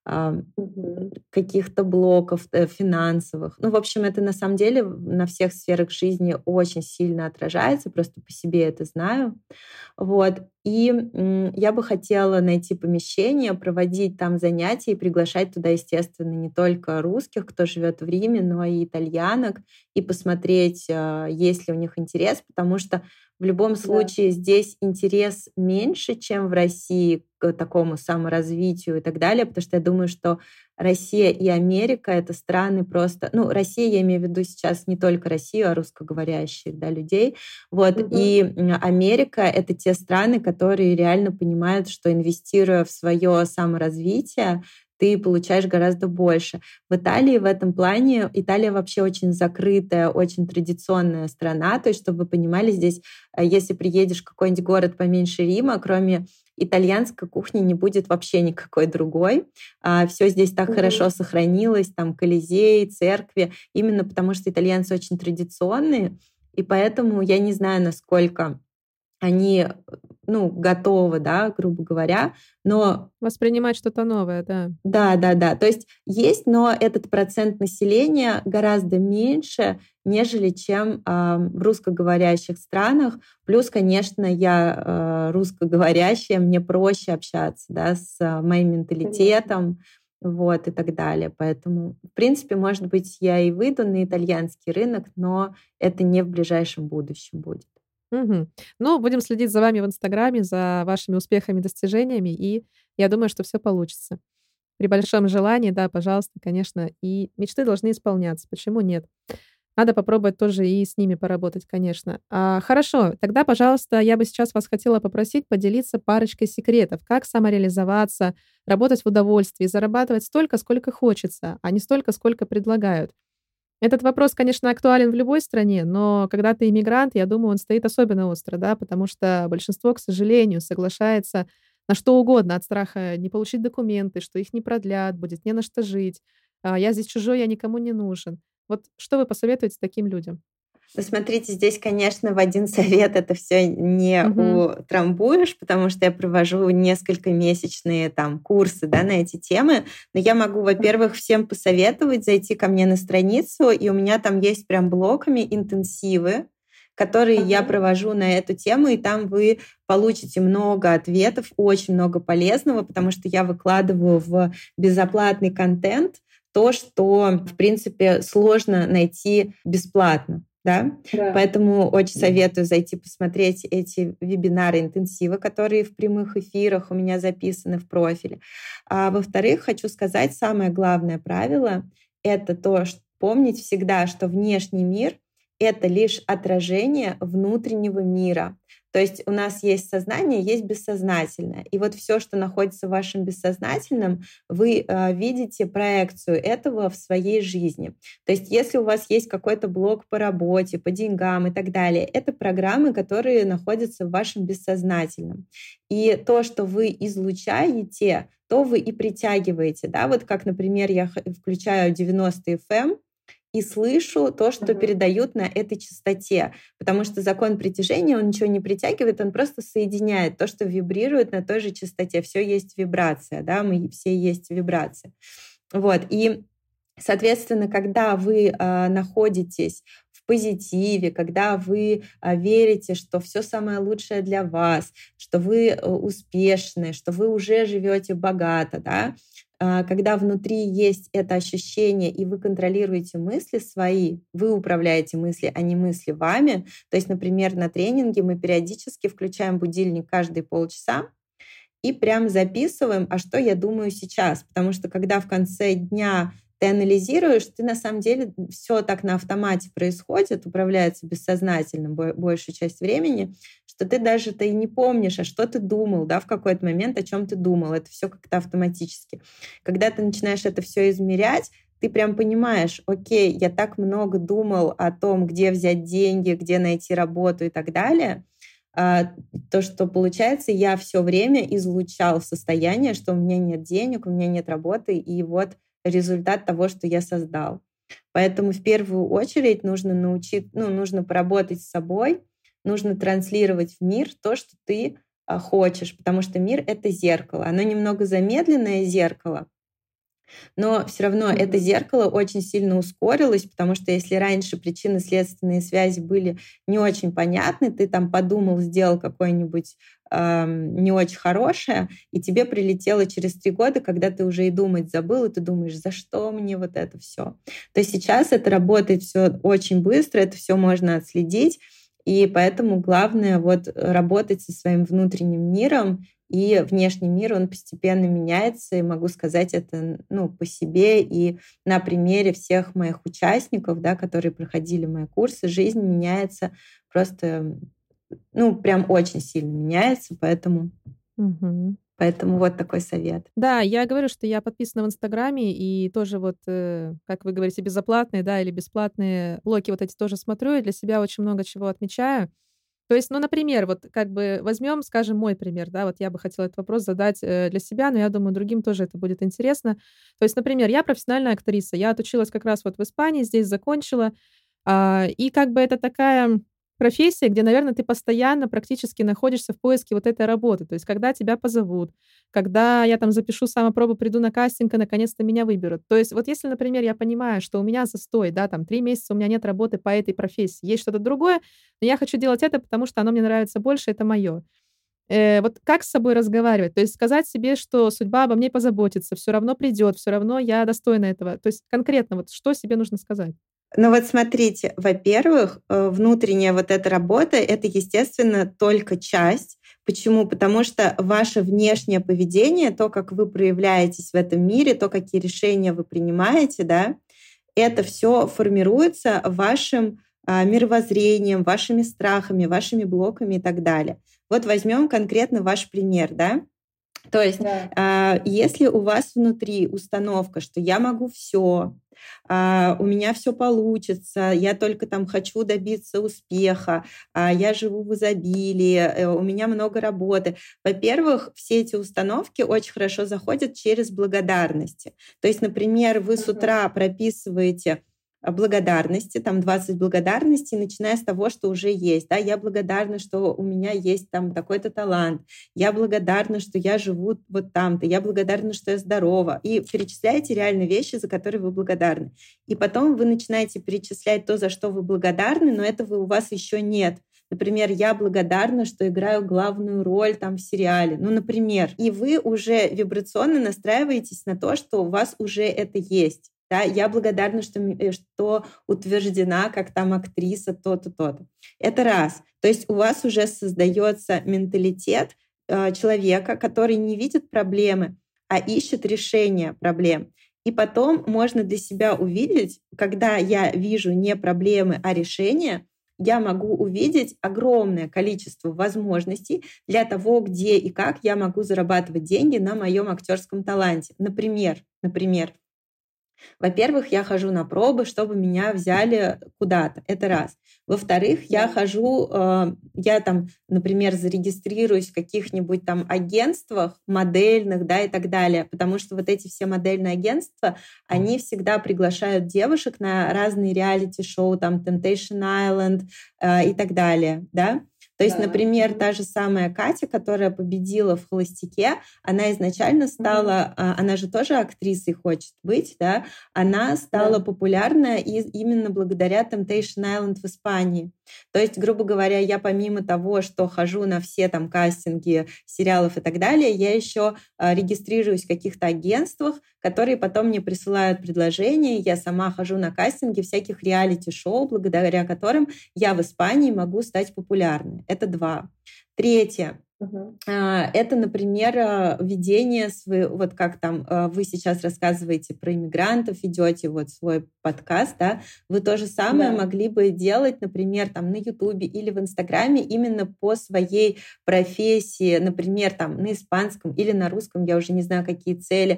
Mm-hmm. каких-то блоков финансовых. Ну, в общем, это на самом деле на всех сферах жизни очень сильно отражается, просто по себе это знаю. Вот. И м, я бы хотела найти помещение, проводить там занятия и приглашать туда, естественно, не только русских, кто живет в Риме, но и итальянок, и посмотреть, есть ли у них интерес, потому что в любом случае да. здесь интерес меньше, чем в России к такому саморазвитию и так далее, потому что я думаю, что Россия и Америка — это страны просто... Ну, Россия, я имею в виду сейчас не только Россию, а русскоговорящих, да, людей. Вот. Mm-hmm. И Америка — это те страны, которые реально понимают, что, инвестируя в свое саморазвитие, ты получаешь гораздо больше. В Италии в этом плане, Италия вообще очень закрытая, очень традиционная страна, то есть, чтобы вы понимали, здесь, если приедешь в какой-нибудь город поменьше Рима, кроме итальянской кухни не будет вообще никакой другой. Все здесь так mm-hmm. хорошо сохранилось, там Колизей, церкви, именно потому что итальянцы очень традиционные, и поэтому я не знаю, насколько они, ну, готовы, да, грубо говоря, но... Воспринимать что-то новое, да. Да, да, да. То есть есть, но этот процент населения гораздо меньше, нежели чем э, в русскоговорящих странах. Плюс, конечно, я э, русскоговорящая, мне проще общаться, да, с э, моим менталитетом, вот, и так далее. Поэтому, в принципе, может быть, я и выйду на итальянский рынок, но это не в ближайшем будущем будет. Угу. Ну, будем следить за вами в Инстаграме, за вашими успехами, достижениями, и я думаю, что все получится. При большом желании, да, пожалуйста, конечно, и мечты должны исполняться. Почему нет? Надо попробовать тоже и с ними поработать, конечно. А, хорошо, тогда, пожалуйста, я бы сейчас вас хотела попросить поделиться парочкой секретов, как самореализоваться, работать в удовольствии, зарабатывать столько, сколько хочется, а не столько, сколько предлагают. Этот вопрос, конечно, актуален в любой стране, но когда ты иммигрант, я думаю, он стоит особенно остро, да, потому что большинство, к сожалению, соглашается на что угодно от страха не получить документы, что их не продлят, будет не на что жить. Я здесь чужой, я никому не нужен. Вот что вы посоветуете таким людям? Ну, смотрите, здесь, конечно, в один совет это все не угу. утрамбуешь, потому что я провожу несколько месячные там курсы, да, на эти темы. Но я могу, во-первых, всем посоветовать зайти ко мне на страницу, и у меня там есть прям блоками интенсивы, которые uh-huh. я провожу на эту тему, и там вы получите много ответов, очень много полезного, потому что я выкладываю в безоплатный контент то, что, в принципе, сложно найти бесплатно. Да? Да. Поэтому очень советую зайти посмотреть эти вебинары интенсива, которые в прямых эфирах у меня записаны в профиле. А во-вторых, хочу сказать, самое главное правило — это то, что помнить всегда, что внешний мир это лишь отражение внутреннего мира. То есть у нас есть сознание, есть бессознательное. И вот все, что находится в вашем бессознательном, вы э, видите проекцию этого в своей жизни. То есть если у вас есть какой-то блок по работе, по деньгам и так далее, это программы, которые находятся в вашем бессознательном. И то, что вы излучаете, то вы и притягиваете. Да? Вот как, например, я включаю девяносто эф эм, и слышу то, что mm-hmm. передают на этой частоте. Потому что закон притяжения, он ничего не притягивает, он просто соединяет то, что вибрирует на той же частоте. Все есть вибрация, да, мы все есть вибрация. Вот. И, соответственно, когда вы э, находитесь в позитиве, когда вы э, верите, что все самое лучшее для вас, что вы э, успешны, что вы уже живете богато, да, когда внутри есть это ощущение, и вы контролируете мысли свои, вы управляете мысли, а не мысли вами. То есть, например, на тренинге мы периодически включаем будильник каждые полчаса и прям записываем, а что я думаю сейчас. Потому что когда в конце дня ты анализируешь, ты на самом деле все так на автомате происходит, управляется бессознательным большую часть времени, что ты даже-то и не помнишь, а что ты думал, да, в какой-то момент, о чем ты думал. Это все как-то автоматически. Когда ты начинаешь это все измерять, ты прям понимаешь, окей, я так много думал о том, где взять деньги, где найти работу и так далее, то, что получается, я все время излучал состояние, что у меня нет денег, у меня нет работы, и вот результат того, что я создал. Поэтому в первую очередь нужно научить, ну, нужно поработать с собой, нужно транслировать в мир то, что ты а, хочешь, потому что мир — это зеркало. Оно немного замедленное зеркало, но все равно mm-hmm. это зеркало очень сильно ускорилось, потому что если раньше причинно-следственные связи были не очень понятны, ты там подумал, сделал какое-нибудь э, не очень хорошее, и тебе прилетело через три года, когда ты уже и думать забыл, и ты думаешь, за что мне вот это все? То есть сейчас это работает все очень быстро, это все можно отследить, и поэтому главное вот работать со своим внутренним миром, и внешний мир, он постепенно меняется, и могу сказать это, ну, по себе и на примере всех моих участников, да, которые проходили мои курсы. Жизнь меняется просто, ну, прям очень сильно меняется, поэтому... Угу. Поэтому вот такой совет. Да, я говорю, что я подписана в Инстаграме, и тоже вот, э, как вы говорите, безоплатные, да, или бесплатные блоки вот эти тоже смотрю, и для себя очень много чего отмечаю. То есть, ну, например, вот как бы возьмем, скажем, мой пример, да, вот я бы хотела этот вопрос задать э, для себя, но я думаю, другим тоже это будет интересно. То есть, например, я профессиональная актриса, я отучилась как раз вот в Испании, здесь закончила, э, и как бы это такая профессия, где, наверное, ты постоянно практически находишься в поиске вот этой работы. То есть, когда тебя позовут, когда я там запишу самопробу, приду на кастинг, и наконец-то меня выберут. То есть, вот если, например, я понимаю, что у меня застой, да, там, три месяца у меня нет работы по этой профессии, есть что-то другое, но я хочу делать это, потому что оно мне нравится больше, это мое. Э, вот как с собой разговаривать? То есть сказать себе, что судьба обо мне позаботится, все равно придет, все равно я достойна этого. То есть конкретно вот что себе нужно сказать? Ну вот смотрите, во-первых, внутренняя вот эта работа — это, естественно, только часть. Почему? Потому что ваше внешнее поведение, то, как вы проявляетесь в этом мире, то, какие решения вы принимаете, да, это все формируется вашим мировоззрением, вашими страхами, вашими блоками и так далее. Вот возьмем конкретно ваш пример, да. То есть, да. Если у вас внутри установка, что я могу все, у меня все получится, я только там хочу добиться успеха, я живу в изобилии, у меня много работы. Во-первых, все эти установки очень хорошо заходят через благодарности. То есть, например, вы с утра прописываете благодарности, там двадцать благодарностей, начиная с того, что уже есть. Да? Я благодарна, что у меня есть там такой-то талант. Я благодарна, что я живу вот там-то. Я благодарна, что я здорова. И перечисляете реально вещи, за которые вы благодарны. И потом вы начинаете перечислять то, за что вы благодарны, но этого у вас еще нет. Например, я благодарна, что играю главную роль там в сериале. Ну, например. И вы уже вибрационно настраиваетесь на то, что у вас уже это есть. Да, я благодарна, что, что утверждена как там актриса то-то, то-то. Это раз. То есть у вас уже создается менталитет э, человека, который не видит проблемы, а ищет решение проблем. И потом можно для себя увидеть, когда я вижу не проблемы, а решения, я могу увидеть огромное количество возможностей для того, где и как я могу зарабатывать деньги на моем актерском таланте. Например, например, во-первых, я хожу на пробы, чтобы меня взяли куда-то. Это раз. Во-вторых, я хожу, э, я там, например, зарегистрируюсь в каких-нибудь там агентствах модельных, да, и так далее, потому что вот эти все модельные агентства, они всегда приглашают девушек на разные реалити-шоу, там Temptation Island э, и так далее, да. То есть, да. Например, та же самая Катя, которая победила в «Холостяке», она изначально стала, mm-hmm. она же тоже актрисой хочет быть, да, она стала yeah. популярна именно благодаря Temptation Island в Испании. То есть, грубо говоря, я помимо того, что хожу на все там кастинги сериалов и так далее, я еще регистрируюсь в каких-то агентствах, которые потом мне присылают предложения, я сама хожу на кастинги всяких реалити-шоу, благодаря которым я в Испании могу стать популярной. Это два. Третье. Uh-huh. Это, например, ведение своего, вот как там вы сейчас рассказываете про иммигрантов, ведете вот свой подкаст, да, вы то же самое yeah. могли бы делать, например, там на Ютубе или в Инстаграме именно по своей профессии, например, там на испанском или на русском, я уже не знаю, какие цели,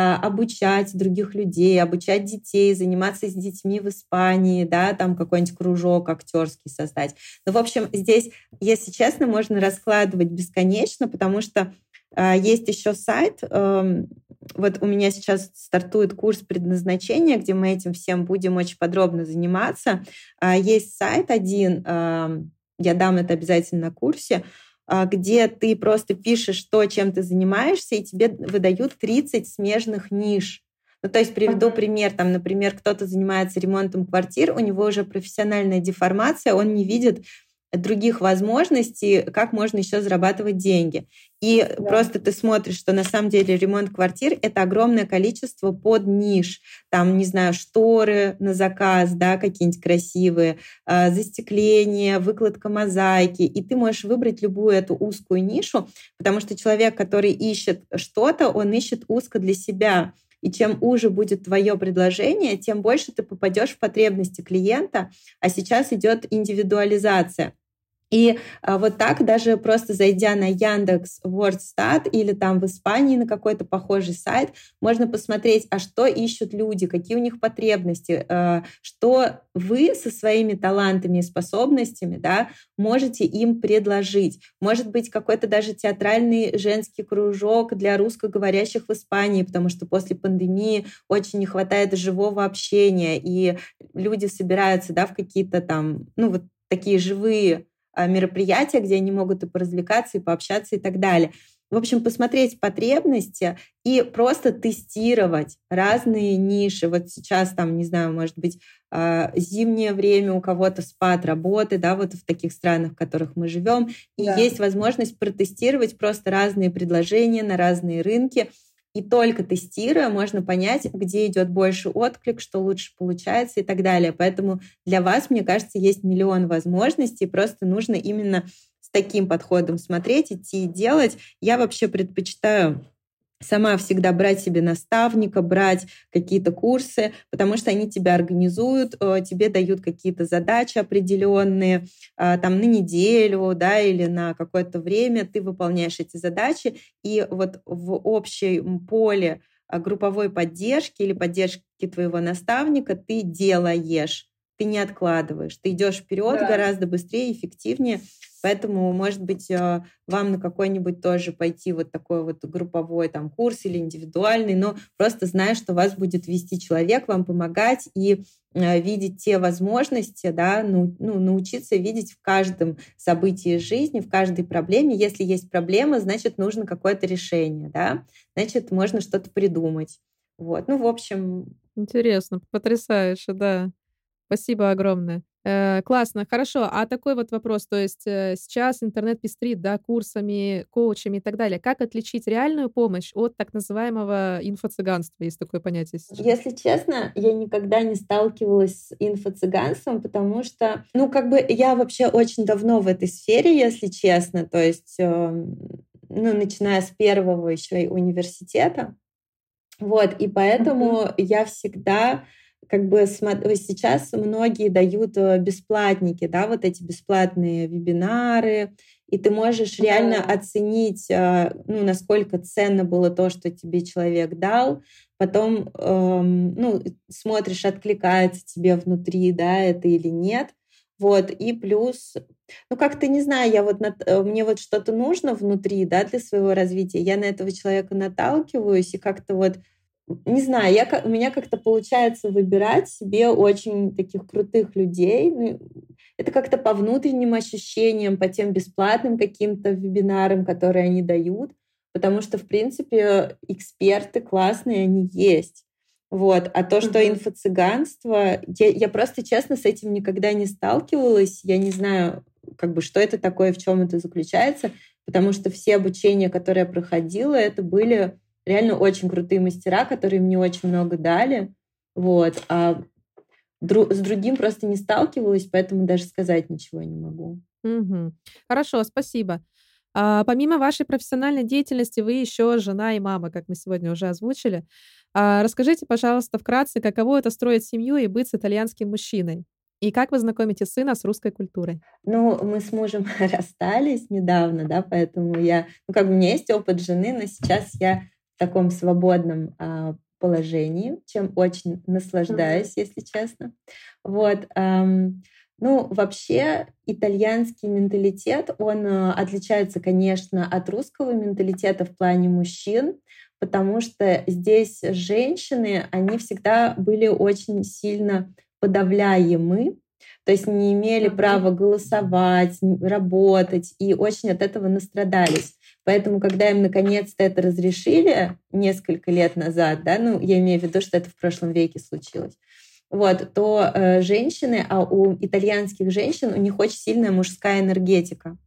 обучать других людей, обучать детей, заниматься с детьми в Испании, да, там какой-нибудь кружок актерский создать. Ну, в общем, здесь, если честно, можно раскладывать бесконечно, потому что э, есть еще сайт, э, вот у меня сейчас стартует курс предназначения, где мы этим всем будем очень подробно заниматься. Э, есть сайт один, э, я дам это обязательно на курсе, э, где ты просто пишешь то, чем ты занимаешься, и тебе выдают тридцать смежных ниш. Ну, то есть приведу uh-huh. пример. Там, например, кто-то занимается ремонтом квартир, у него уже профессиональная деформация, он не видит других возможностей, как можно еще зарабатывать деньги. И да. просто ты смотришь, что на самом деле ремонт квартир — это огромное количество под ниш. Там, не знаю, шторы на заказ, да, какие-нибудь красивые, э, застекление, выкладка мозаики. И ты можешь выбрать любую эту узкую нишу, потому что человек, который ищет что-то, он ищет узко для себя. И чем уже будет твое предложение, тем больше ты попадешь в потребности клиента, а сейчас идет индивидуализация. И а, вот так даже просто зайдя на Яндекс Вордстат или там в Испании на какой-то похожий сайт, можно посмотреть, а что ищут люди, какие у них потребности, э, что вы со своими талантами и способностями, да, можете им предложить. Может быть, какой-то даже театральный женский кружок для русскоговорящих в Испании, потому что после пандемии очень не хватает живого общения, и люди собираются, да, в какие-то там, ну вот такие живые мероприятия, где они могут и поразвлекаться, и пообщаться, и так далее. В общем, посмотреть потребности и просто тестировать разные ниши. Вот сейчас там, не знаю, может быть, зимнее время у кого-то спад работы, да, вот в таких странах, в которых мы живем, и да. есть возможность протестировать просто разные предложения на разные рынки. И только тестируя, можно понять, где идет больше отклик, что лучше получается и так далее. Поэтому для вас, мне кажется, есть миллион возможностей. Просто нужно именно с таким подходом смотреть, идти и делать. Я вообще предпочитаю сама всегда брать себе наставника, брать какие-то курсы, потому что они тебя организуют, тебе дают какие-то задачи определенные, там на неделю, да, или на какое-то время ты выполняешь эти задачи, и вот в общем поле групповой поддержки или поддержки твоего наставника ты делаешь, ты не откладываешь, ты идешь вперед да. гораздо быстрее, эффективнее. Поэтому, может быть, вам на какой-нибудь тоже пойти вот такой вот групповой там курс или индивидуальный, но просто зная, что вас будет вести человек, вам помогать и видеть те возможности, да, ну, ну, научиться видеть в каждом событии жизни, в каждой проблеме. Если есть проблема, значит, нужно какое-то решение, да, значит, можно что-то придумать. Вот, ну, в общем... Интересно, потрясающе, да. Спасибо огромное. Э, классно, хорошо. А такой вот вопрос, то есть э, сейчас интернет пестрит, да, курсами, коучами и так далее. Как отличить реальную помощь от так называемого инфо-цыганства? Есть такое понятие сейчас. Если честно, я никогда не сталкивалась с инфо-цыганством, потому что, ну, как бы я вообще очень давно в этой сфере, если честно, то есть, э, ну, начиная с первого еще и университета. Вот, и поэтому mm-hmm. я всегда как бы смотрю, сейчас многие дают бесплатники, да, вот эти бесплатные вебинары, и ты можешь реально mm-hmm. оценить, ну, насколько ценно было то, что тебе человек дал, потом, эм, ну, смотришь, откликается тебе внутри, да, это или нет. Вот, и плюс, ну, как-то, не знаю, я вот, мне вот что-то нужно внутри, да, для своего развития, я на этого человека наталкиваюсь, и как-то вот, не знаю, я, у меня как-то получается выбирать себе очень таких крутых людей, ну, это как-то по внутренним ощущениям, по тем бесплатным каким-то вебинарам, которые они дают, потому что, в принципе, эксперты классные, они есть. Вот. А то, что mm-hmm. инфо-цыганство, я, я просто, честно, с этим никогда не сталкивалась. Я не знаю, как бы, что это такое, в чем это заключается, потому что все обучения, которые я проходила, это были реально очень крутые мастера, которые мне очень много дали. Вот. А дру- с другим просто не сталкивалась, поэтому даже сказать ничего не могу. Mm-hmm. Хорошо, спасибо. А, помимо вашей профессиональной деятельности, вы еще жена и мама, как мы сегодня уже озвучили. А, расскажите, пожалуйста, вкратце, каково это строить семью и быть с итальянским мужчиной? И как вы знакомите сына с русской культурой? Ну, мы с мужем расстались недавно, да, поэтому я... Ну, как бы у меня есть опыт жены, но сейчас я в таком свободном а, положении, чем очень наслаждаюсь, mm-hmm. если честно. Вот. Ам... Ну, вообще, итальянский менталитет, он отличается, конечно, от русского менталитета в плане мужчин, потому что здесь женщины, они всегда были очень сильно подавляемы, то есть не имели права голосовать, работать, и очень от этого настрадались. Поэтому, когда им наконец-то это разрешили несколько лет назад, да, ну, я имею в виду, что это в прошлом веке случилось, вот, то э, женщины, а у итальянских женщин, у них очень сильная мужская энергетика.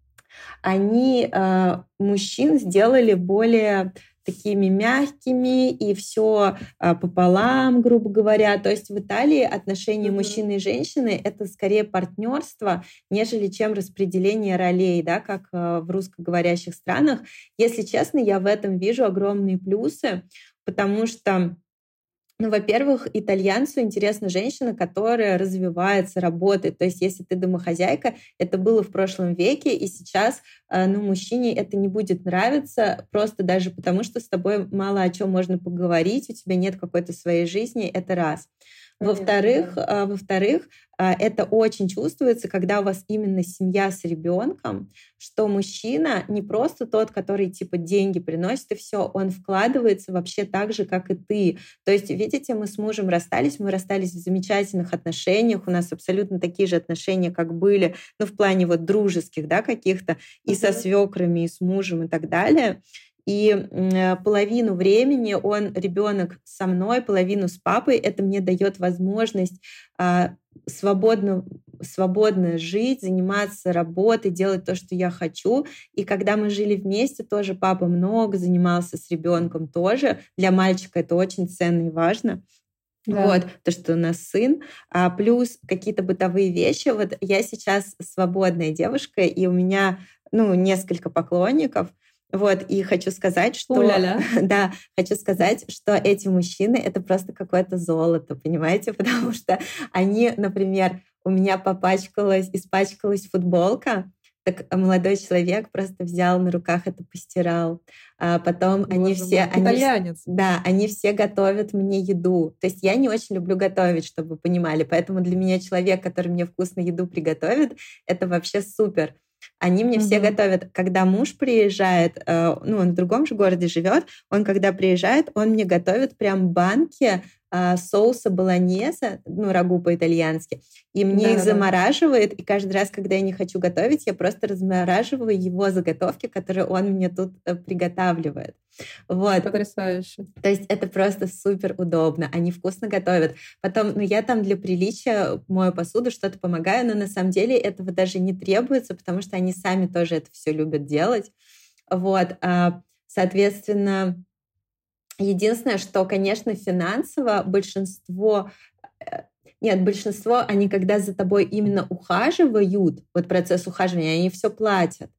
Они э, мужчин сделали более такими мягкими, и все э, пополам, грубо говоря. То есть в Италии отношения mm-hmm. мужчины и женщины — это скорее партнерство, нежели чем распределение ролей, да, как э, в русскоговорящих странах. Если честно, я в этом вижу огромные плюсы, потому что ну, во-первых, итальянцу интересна женщина, которая развивается, работает. То есть если ты домохозяйка, это было в прошлом веке, и сейчас ну, мужчине это не будет нравиться, просто даже потому, что с тобой мало о чем можно поговорить, у тебя нет какой-то своей жизни, это раз. Во-вторых, да. во-вторых, это очень чувствуется, когда у вас именно семья с ребенком, что мужчина не просто тот, который типа деньги приносит и все, он вкладывается вообще так же, как и ты. То есть, видите, мы с мужем расстались, мы расстались в замечательных отношениях, у нас абсолютно такие же отношения, как были, ну, в плане вот дружеских, да, каких-то, и со свекрами, и с мужем, и так далее. И половину времени он, ребенок со мной, половину с папой. Это мне дает возможность а, свободно, свободно жить, заниматься работой, делать то, что я хочу. И когда мы жили вместе, тоже папа много занимался с ребенком тоже. Для мальчика это очень ценно и важно. Да. Вот, то, что у нас сын. А плюс какие-то бытовые вещи. Вот я сейчас свободная девушка, и у меня ну, несколько поклонников. Вот, и хочу сказать, что... У-ля-ля. Да, хочу сказать, что эти мужчины — это просто какое-то золото, понимаете? Потому что они, например, у меня попачкалась, испачкалась футболка, так молодой человек просто взял на руках это, постирал. А потом Боже они все... Они, итальянец. Да, они все готовят мне еду. То есть я не очень люблю готовить, чтобы вы понимали, поэтому для меня человек, который мне вкусно еду приготовит, это вообще супер. Они мне uh-huh. все готовят. Когда муж приезжает, э, ну, он в другом же городе живет, он, когда приезжает, он мне готовит прям банки э, соуса болоньезе, ну, рагу по-итальянски, и мне да, их замораживает, и каждый раз, когда я не хочу готовить, я просто размораживаю его заготовки, которые он мне тут э, приготавливает. Вот. Потрясающе. То есть это просто супер удобно. Они вкусно готовят. Потом, ну, я там для приличия мою посуду, что-то помогаю, но на самом деле этого даже не требуется, потому что они сами тоже это все любят делать. Вот. Соответственно, единственное, что, конечно, финансово большинство... Нет, большинство, они когда за тобой именно ухаживают, вот процесс ухаживания, они все платят.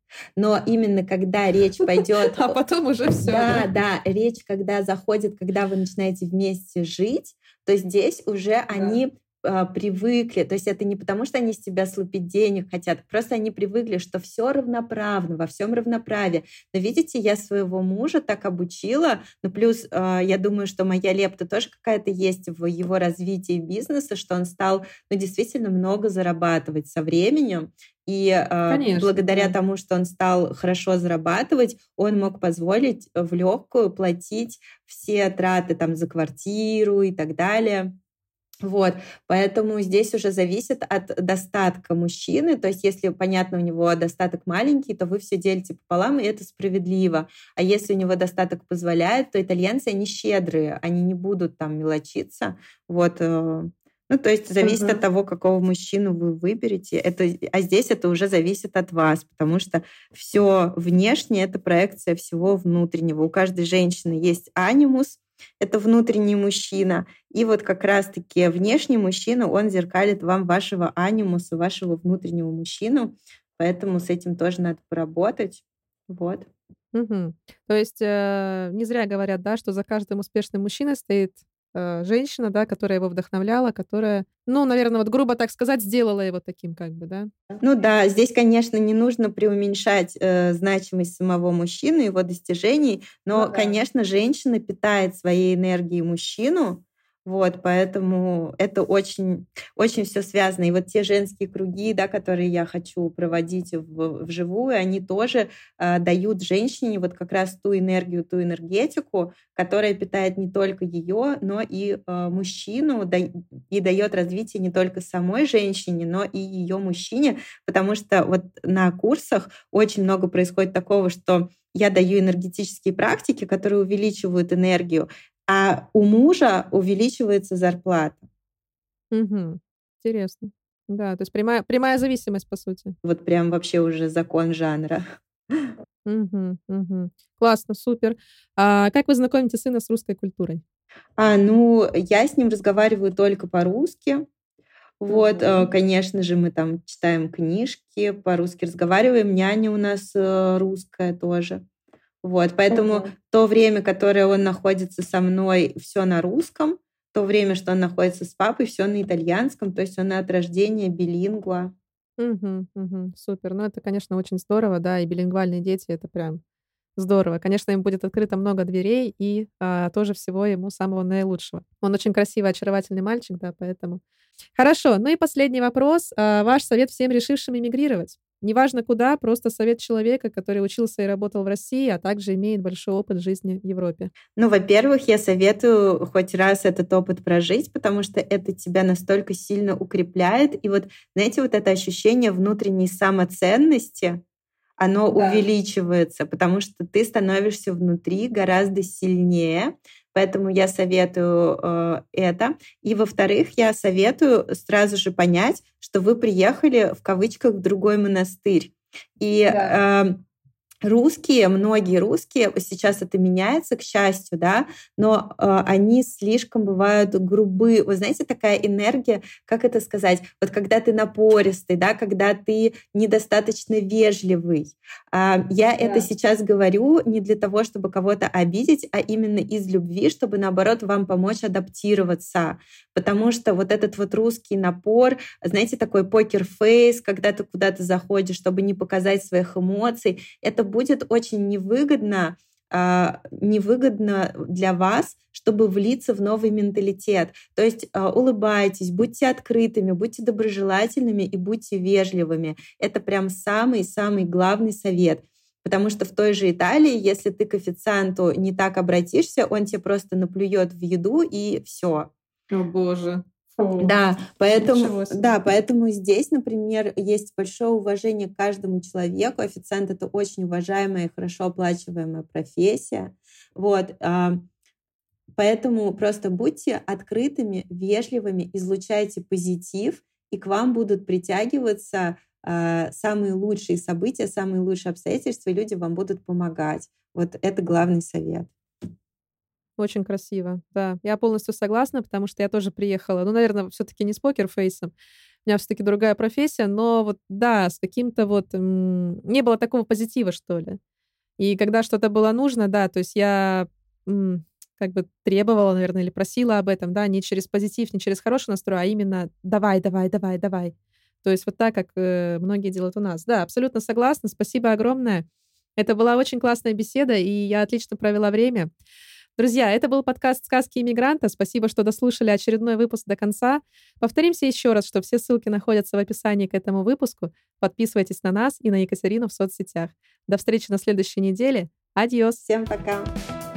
Но именно когда речь пойдет... А потом уже все. Да, да, речь, когда заходит, когда вы начинаете вместе жить, то здесь уже они а, привыкли. То есть это не потому, что они с тебя слупить денег хотят, просто они привыкли, что все равноправно, во всем равноправие. Но видите, я своего мужа так обучила, ну плюс а, я думаю, что моя лепта тоже какая-то есть в его развитии бизнеса, что он стал, ну, действительно много зарабатывать со временем. И Конечно, благодаря да. тому, что он стал хорошо зарабатывать, он мог позволить в легкую платить все траты там, за квартиру и так далее. Вот, поэтому здесь уже зависит от достатка мужчины. То есть, если, понятно, у него достаток маленький, то вы все делите пополам, и это справедливо. А если у него достаток позволяет, то итальянцы, они щедрые, они не будут там мелочиться. Вот. Ну, то есть зависит uh-huh. от того, какого мужчину вы выберете. Это, а здесь это уже зависит от вас, потому что все внешнее — это проекция всего внутреннего. У каждой женщины есть анимус, это внутренний мужчина. И вот как раз-таки внешний мужчина, он зеркалит вам вашего анимуса, вашего внутреннего мужчину. Поэтому с этим тоже надо поработать. Вот. Угу. То есть э, не зря говорят, да, что за каждым успешным мужчиной стоит женщина, да, которая его вдохновляла, которая, ну, наверное, вот грубо так сказать, сделала его таким, как бы, да? Ну да, здесь, конечно, не нужно преуменьшать э, значимость самого мужчины, его достижений, но, ну, да. конечно, женщина питает своей энергией мужчину, вот, поэтому это очень, очень все связано. И вот те женские круги, да, которые я хочу проводить в, вживую, они тоже э, дают женщине вот как раз ту энергию, ту энергетику, которая питает не только ее, но и э, мужчину, да, и дает развитие не только самой женщине, но и ее мужчине, потому что вот на курсах очень много происходит такого, что я даю энергетические практики, которые увеличивают энергию, а у мужа увеличивается зарплата. Угу. Интересно. Да, то есть прямая, прямая зависимость, по сути. Вот прям вообще уже закон жанра. Угу, угу. Классно, супер. А как вы знакомите сына с русской культурой? А, ну, я с ним разговариваю только по-русски. Вот, mm-hmm. конечно же, мы там читаем книжки, по-русски разговариваем. Няня у нас русская тоже. Вот, поэтому uh-huh. то время, которое он находится со мной, все на русском, то время, что он находится с папой, все на итальянском, то есть он от рождения билингва. Угу, угу, супер. Ну, это, конечно, очень здорово, да, и билингвальные дети — это прям здорово. Конечно, им будет открыто много дверей, и а, тоже всего ему самого наилучшего. Он очень красивый, очаровательный мальчик, да, поэтому... Хорошо, ну и последний вопрос. А, ваш совет всем решившим эмигрировать? Неважно куда, просто совет человека, который учился и работал в России, а также имеет большой опыт жизни в Европе. Ну, во-первых, я советую хоть раз этот опыт прожить, потому что это тебя настолько сильно укрепляет. И вот, знаете, вот это ощущение внутренней самоценности, оно да. увеличивается, потому что ты становишься внутри гораздо сильнее. Поэтому я советую э, это. И, во-вторых, я советую сразу же понять, что вы приехали, в кавычках, в другой монастырь. И да. э, русские, многие русские, сейчас это меняется, к счастью, да, но э, они слишком бывают грубы. Вы знаете, такая энергия, как это сказать, вот когда ты напористый, да, когда ты недостаточно вежливый. Э, я да. это сейчас говорю не для того, чтобы кого-то обидеть, а именно из любви, чтобы, наоборот, вам помочь адаптироваться. Потому что вот этот вот русский напор, знаете, такой покер-фейс, когда ты куда-то заходишь, чтобы не показать своих эмоций, это будет очень невыгодно, э, невыгодно для вас, чтобы влиться в новый менталитет. То есть э, улыбайтесь, будьте открытыми, будьте доброжелательными и будьте вежливыми. Это прям самый-самый главный совет. Потому что в той же Италии, если ты к официанту не так обратишься, он тебе просто наплюет в еду и все. О, Боже. Да, поэтому, да, поэтому здесь, например, есть большое уважение к каждому человеку. Официант — это очень уважаемая и хорошо оплачиваемая профессия. Вот. Поэтому просто будьте открытыми, вежливыми, излучайте позитив, и к вам будут притягиваться самые лучшие события, самые лучшие обстоятельства, и люди вам будут помогать. Вот это главный совет. Очень красиво, да. Я полностью согласна, потому что я тоже приехала, ну, наверное, все-таки не с покерфейсом, У меня все-таки другая профессия, но вот, да, с каким-то вот... М- не было такого позитива, что ли. И когда что-то было нужно, да, то есть я м- как бы требовала, наверное, или просила об этом, да, не через позитив, не через хороший настрой, а именно давай, давай, давай, давай. То есть вот так, как э, многие делают у нас. Да, абсолютно согласна. Спасибо огромное. Это была очень классная беседа, и я отлично провела время. Друзья, это был подкаст «Сказки иммигранта». Спасибо, что дослушали очередной выпуск до конца. Повторимся еще раз, что все ссылки находятся в описании к этому выпуску. Подписывайтесь на нас и на Екатерину в соцсетях. До встречи на следующей неделе. Адьос. Всем пока.